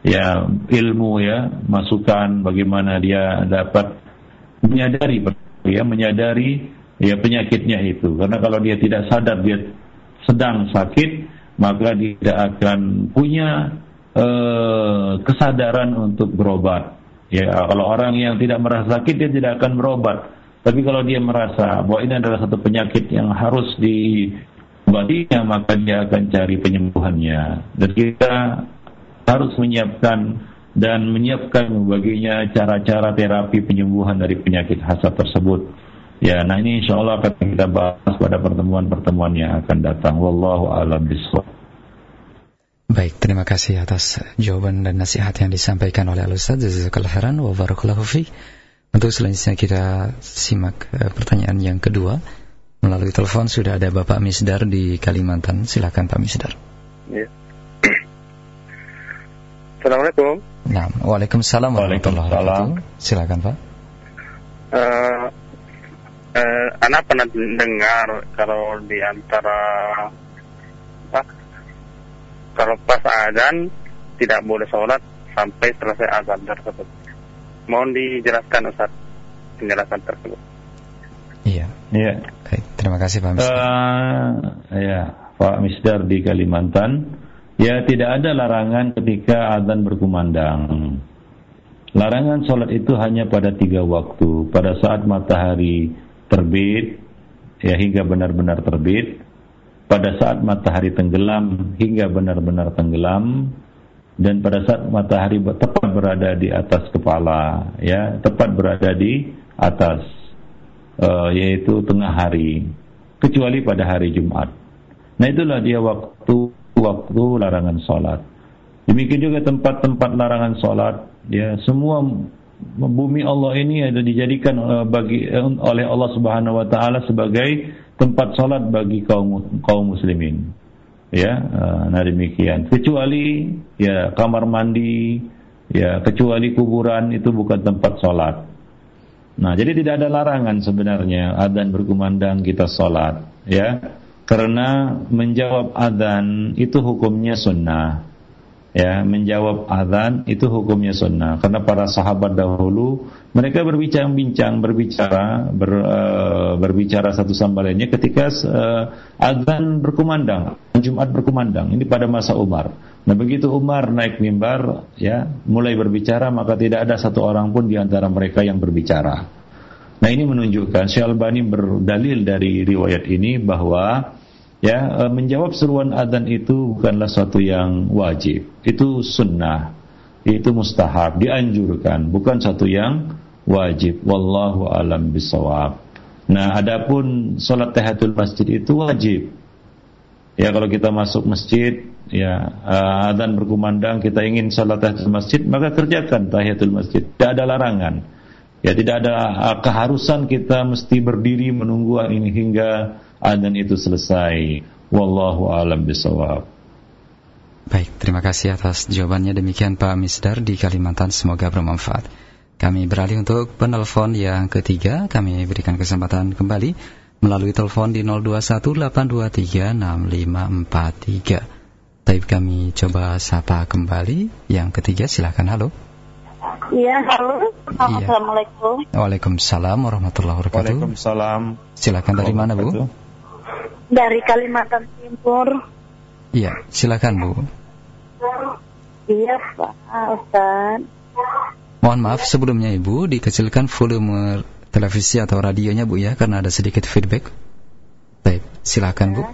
ya ilmu ya, masukan bagaimana dia dapat menyadari ya menyadari ya penyakitnya itu. Karena kalau dia tidak sadar dia sedang sakit, maka dia tidak akan punya eh, kesadaran untuk berobat. Ya, kalau orang yang tidak merasa sakit dia tidak akan berobat. Tapi kalau dia merasa bahwa ini adalah satu penyakit yang harus diobatinya, maka dia akan cari penyembuhannya. Dan kita harus menyiapkan dan menyiapkan baginya cara-cara terapi penyembuhan dari penyakit hasad tersebut. Ya, nah ini insya Allah akan kita bahas pada pertemuan-pertemuan yang akan datang. Wallahu a'lam bishawab. Baik, terima kasih atas jawaban dan nasihat yang disampaikan oleh Al-Ustaz. Jazakallahu khairan wa barakallahu fiik. Untuk selanjutnya kita simak uh, pertanyaan yang kedua. Melalui telepon sudah ada Bapak Misdar di Kalimantan. Silakan Pak Misdar. Ya. Assalamualaikum. Nah, waalaikumsalam warahmatullahi wabarakatuh. Silakan Pak. Uh, uh, anak pernah dengar kalau di antara apa, kalau pas azan tidak boleh sholat sampai selesai azan tersebut. Mohon dijelaskan Ustaz penjelasan tersebut. Iya. Iya. Baik, terima kasih Pak Misdar. Uh, ya, Pak Misdar di Kalimantan. Ya, tidak ada larangan ketika azan berkumandang. Larangan sholat itu hanya pada tiga waktu. Pada saat matahari terbit, ya hingga benar-benar terbit. Pada saat matahari tenggelam hingga benar-benar tenggelam. Dan pada saat matahari tepat berada di atas kepala, ya tepat berada di atas, uh, yaitu tengah hari. kecuali pada hari Jumat. Nah, itulah dia waktu waktu larangan salat. Demikian juga tempat-tempat larangan salat, ya, semua bumi Allah ini ada dijadikan uh, bagi uh, oleh Allah Subhanahu wa taala sebagai tempat salat bagi kaum kaum muslimin. Ya, uh, nah demikian. Kecuali ya kamar mandi, ya, kecuali kuburan itu bukan tempat salat. Nah, jadi tidak ada larangan sebenarnya adzan berkumandang kita salat, ya. Karena menjawab adzan itu hukumnya sunnah. Ya, menjawab azan itu hukumnya sunnah. Karena para sahabat dahulu mereka berbincang-bincang, berbicara, ber, uh, berbicara satu sama lainnya ketika uh, azan berkumandang, Jumat berkumandang. Ini pada masa Umar. Nah, begitu Umar naik mimbar, ya, mulai berbicara, maka tidak ada satu orang pun di antara mereka yang berbicara. Nah, ini menunjukkan Syekh Albani berdalil dari riwayat ini bahwa ya, menjawab seruan adzan itu bukanlah suatu yang wajib. Itu sunnah, itu mustahab, dianjurkan, bukan satu yang wajib. Wallahu a'lam bishawab. Nah, adapun salat tahiyatul masjid itu wajib. Ya, kalau kita masuk masjid, ya, adzan berkumandang, kita ingin salat tahiyatul masjid, maka kerjakan tahiyatul masjid. Tidak ada larangan. Ya, tidak ada keharusan kita mesti berdiri menunggu ini hingga adzan itu selesai. Wallahu a'lam bishawab. Baik, terima kasih atas jawabannya. Demikian Pak Misdar di Kalimantan, semoga bermanfaat. Kami beralih untuk penelpon yang ketiga. Kami berikan kesempatan kembali melalui telepon di nol dua satu delapan dua tiga enam lima empat tiga. Tapi kami coba sapa kembali yang ketiga, silakan. Halo. Iya, halo. Assalamualaikum. Iya. Waalaikumsalam warahmatullahi wabarakatuh. Waalaikumsalam. Silakan, dari mana, Bu? Dari Kalimantan Timur. Iya, silakan, Bu. Iya, Pak Ustaz. Mohon maaf sebelumnya, Ibu, dikecilkan volume televisi atau radionya, Bu, ya, karena ada sedikit feedback. Baik, silakan, Bu.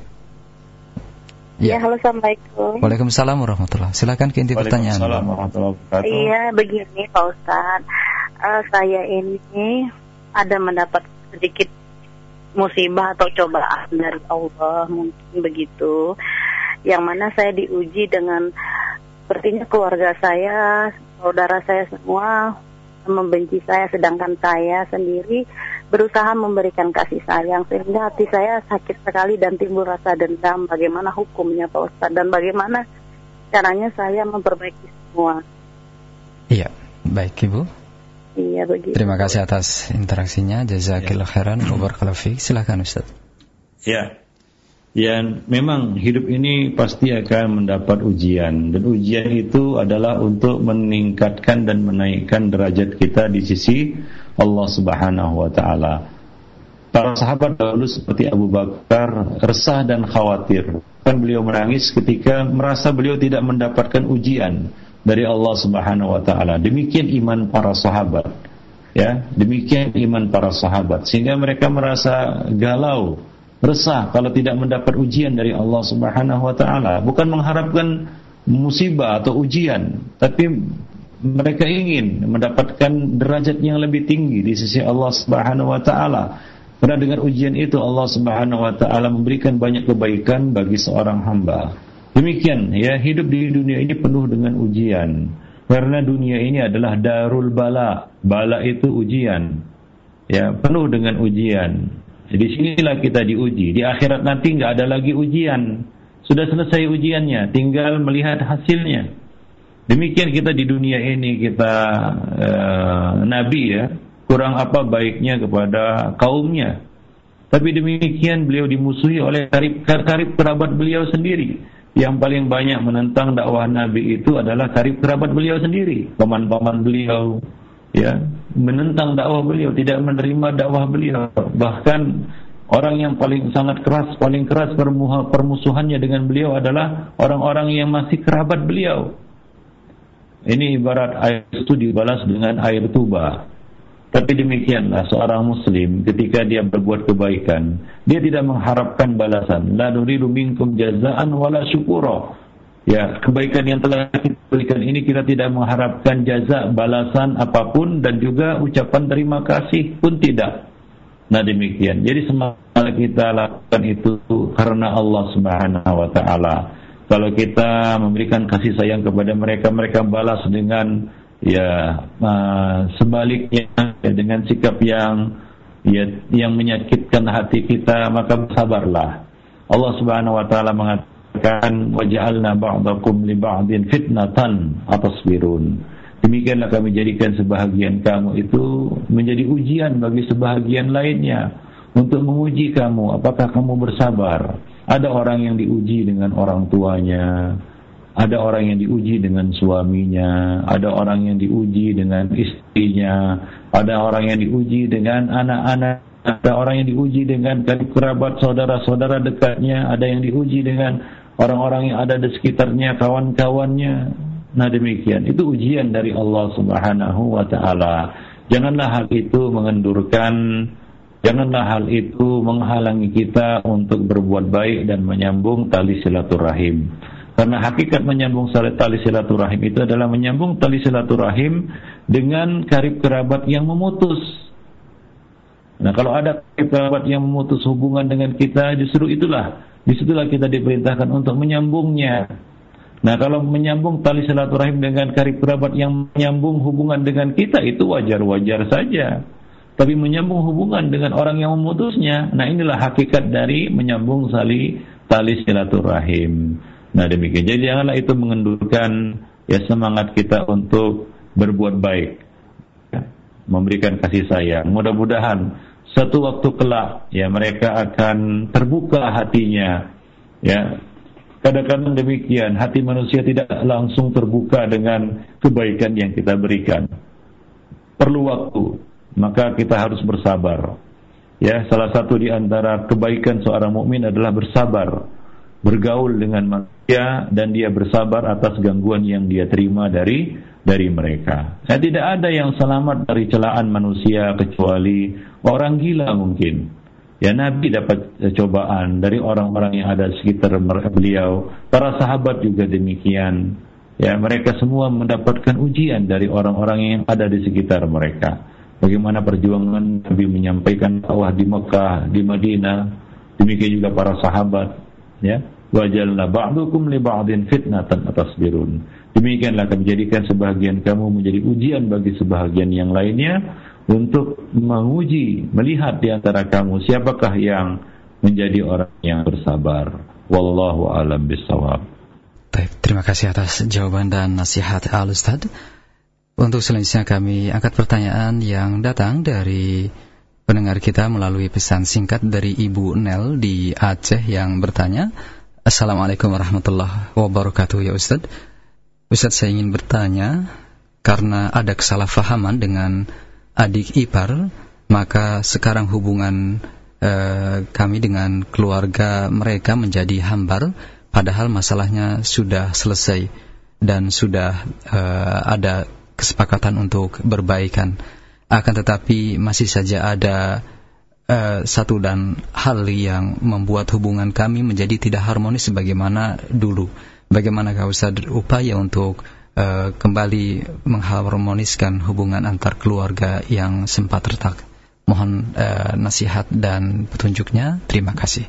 Iya, halo, Assalamualaikum. Waalaikumsalam warahmatullahi wabarakatuh. Silakan ke inti pertanyaan. Waalaikumsalam warahmatullahi wabarakatuh. Iya, begini Pak Ustaz. Uh, saya ini ada mendapat sedikit musibah atau cobaan dari Allah, mungkin begitu. Yang mana saya diuji dengan sepertinya keluarga saya, saudara saya semua membenci saya, sedangkan saya sendiri berusaha memberikan kasih sayang, sehingga hati saya sakit sekali dan timbul rasa dendam. Bagaimana hukumnya Pak Ustadz, dan bagaimana caranya saya memperbaiki semua? Iya, baik Ibu. Iya, begitu. Terima kasih atas interaksinya. Jazakillah khairan wa barakallahu fiik. Silakan Ustaz. Ya. Ya, memang hidup ini pasti akan mendapat ujian, dan ujian itu adalah untuk meningkatkan dan menaikkan derajat kita di sisi Allah Subhanahu wa taala. Para sahabat dahulu seperti Abu Bakar resah dan khawatir. Kan beliau menangis ketika merasa beliau tidak mendapatkan ujian dari Allah Subhanahu wa taala. Demikian iman para sahabat. Ya, demikian iman para sahabat, sehingga mereka merasa galau, resah kalau tidak mendapat ujian dari Allah Subhanahu wa taala. Bukan mengharapkan musibah atau ujian, tapi mereka ingin mendapatkan derajat yang lebih tinggi di sisi Allah Subhanahu wa taala. Karena dengan ujian itu Allah Subhanahu wa taala memberikan banyak kebaikan bagi seorang hamba. Demikian ya, hidup di dunia ini penuh dengan ujian. Karena dunia ini adalah darul bala. Bala itu ujian. Ya, penuh dengan ujian. Di sinilah kita diuji. Di akhirat nanti nggak ada lagi ujian. Sudah selesai ujiannya, tinggal melihat hasilnya. Demikian kita di dunia ini, kita uh, Nabi ya, kurang apa baiknya kepada kaumnya. Tapi demikian beliau dimusuhi oleh karib, karib kerabat beliau sendiri. Yang paling banyak menentang dakwah Nabi itu adalah karib kerabat beliau sendiri, paman-paman beliau. Ya, menentang dakwah beliau, tidak menerima dakwah beliau. Bahkan orang yang paling sangat keras, paling keras permusuhannya dengan beliau adalah orang-orang yang masih kerabat beliau. Ini ibarat air itu dibalas dengan air tuba. Tapi demikianlah seorang muslim ketika dia berbuat kebaikan, dia tidak mengharapkan balasan. La nuridu minkum jazaan wala syukura. Ya, kebaikan yang telah kita berikan ini kita tidak mengharapkan jaza, balasan apapun, dan juga ucapan terima kasih pun tidak. Nah demikian. Jadi semangat kita lakukan itu karena Allah Subhanahu wa taala. Kalau kita memberikan kasih sayang kepada mereka, mereka balas dengan ya uh, sebaliknya, ya, dengan sikap yang ya yang menyakitkan hati kita, maka bersabarlah. Allah Subhanahu wa taala mengatakan waja'alna ba'dakum li ba'din fitnatan atasbirun. Demikianlah kami jadikan sebahagian kamu itu menjadi ujian bagi sebahagian lainnya, untuk menguji kamu apakah kamu bersabar. Ada orang yang diuji dengan orang tuanya, ada orang yang diuji dengan suaminya, ada orang yang diuji dengan istrinya, ada orang yang diuji dengan anak-anak, ada orang yang diuji dengan kerabat saudara-saudara dekatnya, ada yang diuji dengan orang-orang yang ada di sekitarnya, kawan-kawannya. Nah demikian, itu ujian dari Allah Subhanahu wa taala. Janganlah hal itu mengendurkan, janganlah hal itu menghalangi kita untuk berbuat baik dan menyambung tali silaturahim. Karena hakikat menyambung tali silaturahim itu adalah menyambung tali silaturahim dengan karib kerabat yang memutus. Nah kalau ada karib kerabat yang memutus hubungan dengan kita, justru itulah, disitulah kita diperintahkan untuk menyambungnya. Nah kalau menyambung tali silaturahim dengan karib kerabat yang menyambung hubungan dengan kita, itu wajar-wajar saja. Tapi menyambung hubungan dengan orang yang memutusnya, nah inilah hakikat dari menyambung tali tali silaturahim. Nah demikian. Jadi janganlah itu mengendurkan ya semangat kita untuk berbuat baik, ya, memberikan kasih sayang. Mudah-mudahan satu waktu kelak ya mereka akan terbuka hatinya. Ya, kadang-kadang demikian, hati manusia tidak langsung terbuka dengan kebaikan yang kita berikan. Perlu waktu, maka kita harus bersabar. Ya, salah satu di antara kebaikan seorang mukmin adalah bersabar, bergaul dengan manusia, dan dia bersabar atas gangguan yang dia terima dari dari mereka. Nah, tidak ada yang selamat dari celaan manusia kecuali orang gila mungkin. Ya, Nabi dapat cobaan dari orang-orang yang ada di sekitar beliau. Para sahabat juga demikian. Ya, mereka semua mendapatkan ujian dari orang-orang yang ada di sekitar mereka. Bagaimana perjuangan Nabi menyampaikan dakwah di Mekah, di Madinah, demikian juga para sahabat. Ya, wajalna ba'dukum li ba'din fitnatan atasbirun. Demikianlah kami jadikan sebahagian kamu menjadi ujian bagi sebahagian yang lainnya, untuk menguji, melihat di antara kamu siapakah yang menjadi orang yang bersabar. Wallahu a'lam bishawab. Baik, terima kasih atas jawaban dan nasihat Al-Ustaz. Untuk selanjutnya kami angkat pertanyaan yang datang dari pendengar kita melalui pesan singkat dari Ibu Nel di Aceh yang bertanya, Assalamualaikum warahmatullahi wabarakatuh ya Ustaz. Ustaz, saya ingin bertanya, karena ada kesalahpahaman dengan adik ipar, maka sekarang hubungan eh, kami dengan keluarga mereka menjadi hambar, padahal masalahnya sudah selesai dan sudah eh, ada kesepakatan untuk berbaikan. Akan tetapi masih saja ada uh, satu dan hal yang membuat hubungan kami menjadi tidak harmonis sebagaimana dulu. Bagaimanakah Ustaz upaya untuk uh, kembali mengharmoniskan hubungan antar keluarga yang sempat retak? Mohon uh, nasihat dan petunjuknya. Terima kasih.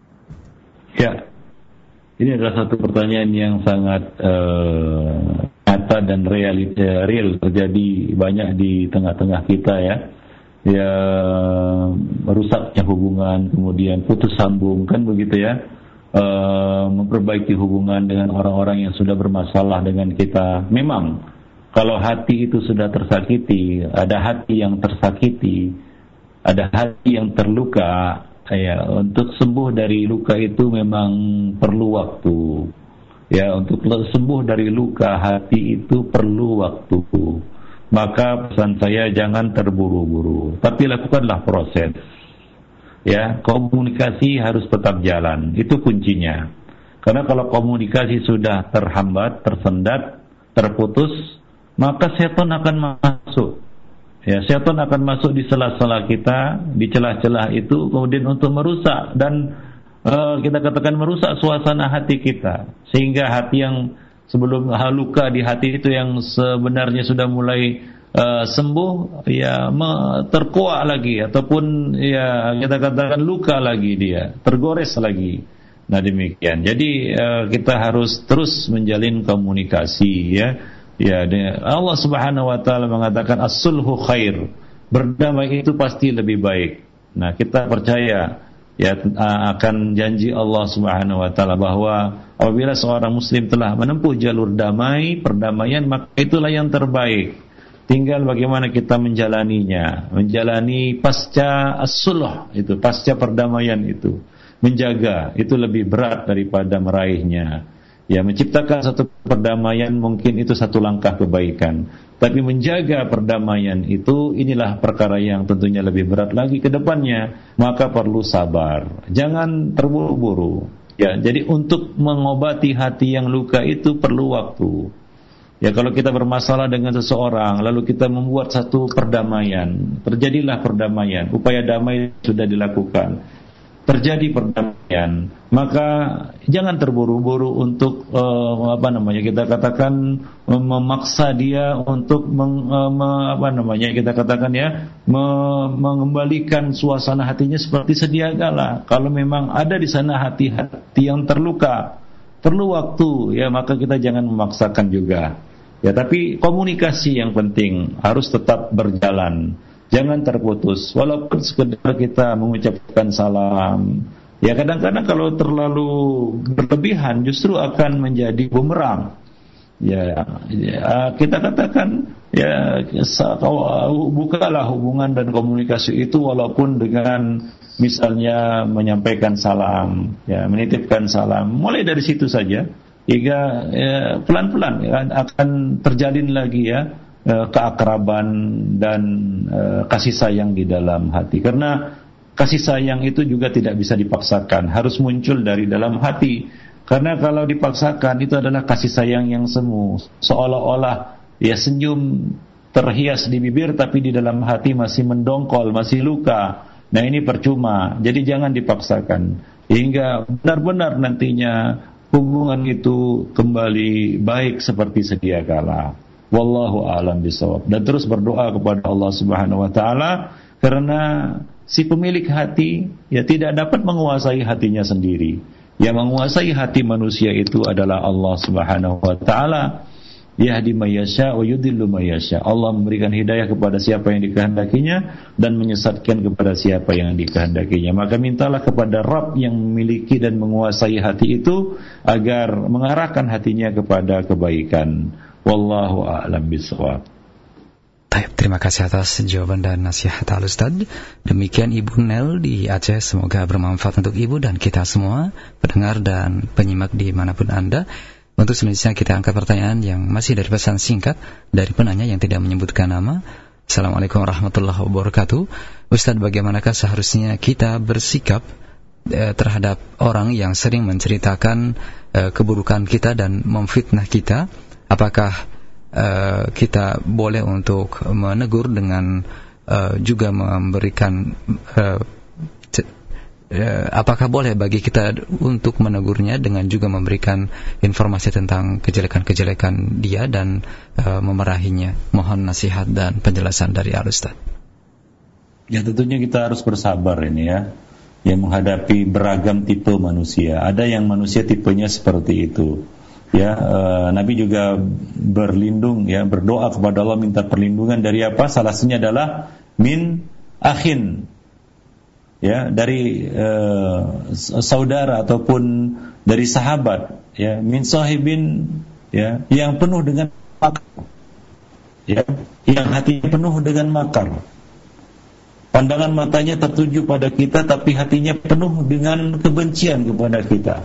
Ya, ini adalah satu pertanyaan yang sangat uh, nyata dan real, real terjadi banyak di tengah-tengah kita ya. Ya, rusaknya hubungan, kemudian putus sambung, kan begitu ya. E, memperbaiki hubungan dengan orang-orang yang sudah bermasalah dengan kita. Memang kalau hati itu sudah tersakiti, ada hati yang tersakiti, ada hati yang terluka, ya, untuk sembuh dari luka itu memang perlu waktu. Ya, untuk sembuh dari luka hati itu perlu waktu. Maka pesan saya, jangan terburu-buru, tapi lakukanlah proses. Ya, komunikasi harus tetap jalan, itu kuncinya. Karena kalau komunikasi sudah terhambat, tersendat, terputus, maka setan akan masuk. Ya, setan akan masuk di sela-sela kita, di celah-celah itu, kemudian untuk merusak dan Uh, kita katakan merusak suasana hati kita, sehingga hati yang sebelum luka di hati itu yang sebenarnya sudah mulai uh, sembuh, ya me, terkuak lagi, ataupun ya kita katakan luka lagi dia, tergores lagi. Nah demikian. Jadi uh, kita harus terus menjalin komunikasi, ya. Ya, Allah Subhanahu wa taala mengatakan as-sulhu khair. Berdamai itu pasti lebih baik. Nah, kita percaya ya akan janji Allah Subhanahu wa taala bahwa apabila seorang muslim telah menempuh jalur damai, perdamaian, maka itulah yang terbaik. Tinggal bagaimana kita menjalaninya, menjalani pasca as-sulh itu, pasca perdamaian itu. Menjaga itu lebih berat daripada meraihnya. Ya, menciptakan satu perdamaian mungkin itu satu langkah kebaikan, tapi menjaga perdamaian itu, inilah perkara yang tentunya lebih berat lagi ke depannya. Maka perlu sabar, jangan terburu-buru. Ya, jadi untuk mengobati hati yang luka itu perlu waktu. Ya, kalau kita bermasalah dengan seseorang, lalu kita membuat satu perdamaian, terjadilah perdamaian, upaya damai sudah dilakukan, terjadi perdamaian, maka jangan terburu-buru untuk uh, apa namanya kita katakan memaksa dia untuk meng, uh, me, apa namanya kita katakan ya me, mengembalikan suasana hatinya seperti sedia kala. Kalau memang ada di sana hati-hati yang terluka, perlu waktu, ya maka kita jangan memaksakan juga. Ya, tapi komunikasi yang penting harus tetap berjalan. Jangan terputus, walaupun sekedar kita mengucapkan salam. Ya, kadang-kadang kalau terlalu berlebihan justru akan menjadi bumerang. Ya, ya kita katakan ya bukalah hubungan dan komunikasi itu walaupun dengan misalnya menyampaikan salam, ya menitipkan salam. Mulai dari situ saja hingga ya, pelan-pelan ya, akan terjalin lagi ya keakraban dan uh, kasih sayang di dalam hati. Karena kasih sayang itu juga tidak bisa dipaksakan, harus muncul dari dalam hati. Karena kalau dipaksakan itu adalah kasih sayang yang semu, seolah-olah ya senyum terhias di bibir tapi di dalam hati masih mendongkol, masih luka. Nah ini percuma. Jadi jangan dipaksakan hingga benar-benar nantinya hubungan itu kembali baik seperti sedia kala. Wallahu a'lam bishawab. Dan terus berdoa kepada Allah Subhanahu wa taala, karena si pemilik hati ya tidak dapat menguasai hatinya sendiri. Yang menguasai hati manusia itu adalah Allah Subhanahu wa taala. Yahdi may yasha wa yudhillu may yasha. Allah memberikan hidayah kepada siapa yang dikehendakinya dan menyesatkan kepada siapa yang dikehendakinya. Maka mintalah kepada Rabb yang memiliki dan menguasai hati itu agar mengarahkan hatinya kepada kebaikan. Wallahu a'lam bishawab. Baik, terima kasih atas jawaban dan nasihat Al-Ustaz. Demikian Ibu Nel di Aceh, semoga bermanfaat untuk Ibu dan kita semua, pendengar dan penyimak dimanapun Anda. Untuk selanjutnya kita angkat pertanyaan yang masih dari pesan singkat dari penanya yang tidak menyebutkan nama. Assalamualaikum warahmatullahi wabarakatuh. Ustaz, bagaimanakah seharusnya kita bersikap eh, terhadap orang yang sering menceritakan eh, keburukan kita dan memfitnah kita? Apakah uh, kita boleh untuk menegur dengan uh, juga memberikan uh, c- uh, apakah boleh bagi kita untuk menegurnya dengan juga memberikan informasi tentang kejelekan-kejelekan dia dan uh, memarahinya? Mohon nasihat dan penjelasan dari Al-Ustaz. Ya, tentunya kita harus bersabar ini ya, yang menghadapi beragam tipe manusia. Ada yang manusia tipenya seperti itu. Ya, uh, Nabi juga berlindung ya, berdoa kepada Allah minta perlindungan dari apa? Salah satunya adalah min akhin. Ya, dari uh, saudara ataupun dari sahabat ya, min sahibin ya, yang penuh dengan makar. Ya, yang hatinya penuh dengan makar. Pandangan matanya tertuju pada kita tapi hatinya penuh dengan kebencian kepada kita.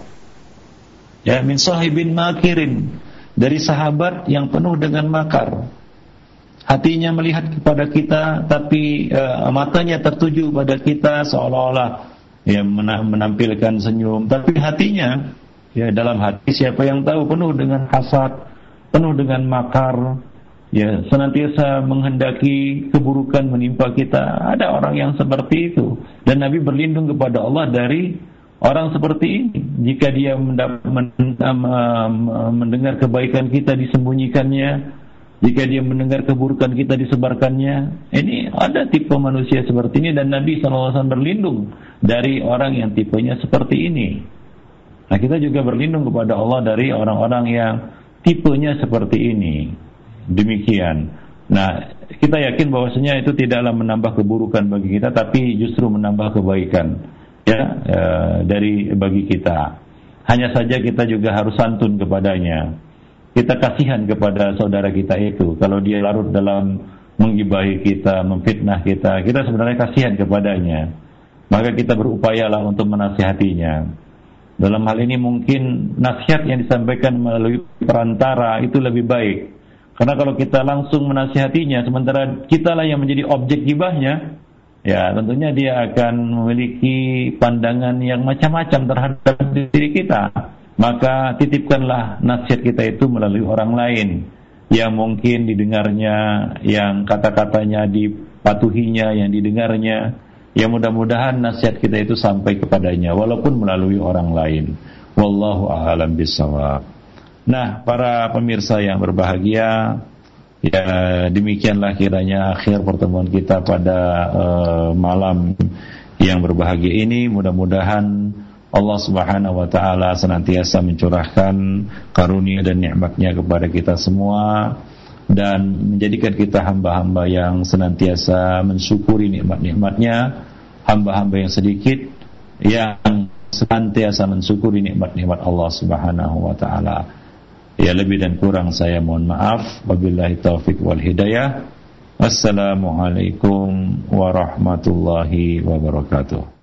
Ya, min sahibin makirin, dari sahabat yang penuh dengan makar. Hatinya melihat kepada kita tapi uh, matanya tertuju pada kita seolah-olah ya menampilkan senyum, tapi hatinya ya dalam hati siapa yang tahu penuh dengan hasad, penuh dengan makar, ya senantiasa menghendaki keburukan menimpa kita. Ada orang yang seperti itu dan Nabi berlindung kepada Allah dari orang seperti ini. Jika dia mendengar kebaikan kita disembunyikannya, Jika dia mendengar keburukan kita disebarkannya. Ini ada tipe manusia seperti ini, dan Nabi shallallahu alaihi wasallam berlindung dari orang yang tipenya seperti ini. Nah, kita juga berlindung kepada Allah dari orang-orang yang tipenya seperti ini. Demikian. Nah, kita yakin bahwasanya itu tidaklah menambah keburukan bagi kita, tapi justru menambah kebaikan ya e, dari bagi kita. Hanya saja kita juga harus santun kepadanya. Kita kasihan kepada saudara kita itu. Kalau dia larut dalam menggibahi kita, memfitnah kita, kita sebenarnya kasihan kepadanya. Maka kita berupayalah untuk menasihatinya. Dalam hal ini mungkin nasihat yang disampaikan melalui perantara itu lebih baik. Karena kalau kita langsung menasihatinya, sementara kitalah yang menjadi objek gibahnya, ya tentunya dia akan memiliki pandangan yang macam-macam terhadap diri kita. Maka titipkanlah nasihat kita itu melalui orang lain yang mungkin didengarnya, yang kata-katanya dipatuhinya, yang didengarnya. Ya mudah-mudahan nasihat kita itu sampai kepadanya walaupun melalui orang lain. Wallahu a'lam bishawab. Nah, para pemirsa yang berbahagia, ya demikianlah kiranya akhir pertemuan kita pada uh, malam yang berbahagia ini. Mudah-mudahan Allah Subhanahu wa taala senantiasa mencurahkan karunia dan nikmat-Nya kepada kita semua dan menjadikan kita hamba-hamba yang senantiasa mensyukuri nikmat-nikmat-Nya, hamba-hamba yang sedikit yang senantiasa mensyukuri nikmat-nikmat Allah Subhanahu wa taala. Ya, lebih dan kurang saya mohon maaf. Wabillahi taufik wal hidayah. Wassalamualaikum warahmatullahi wabarakatuh.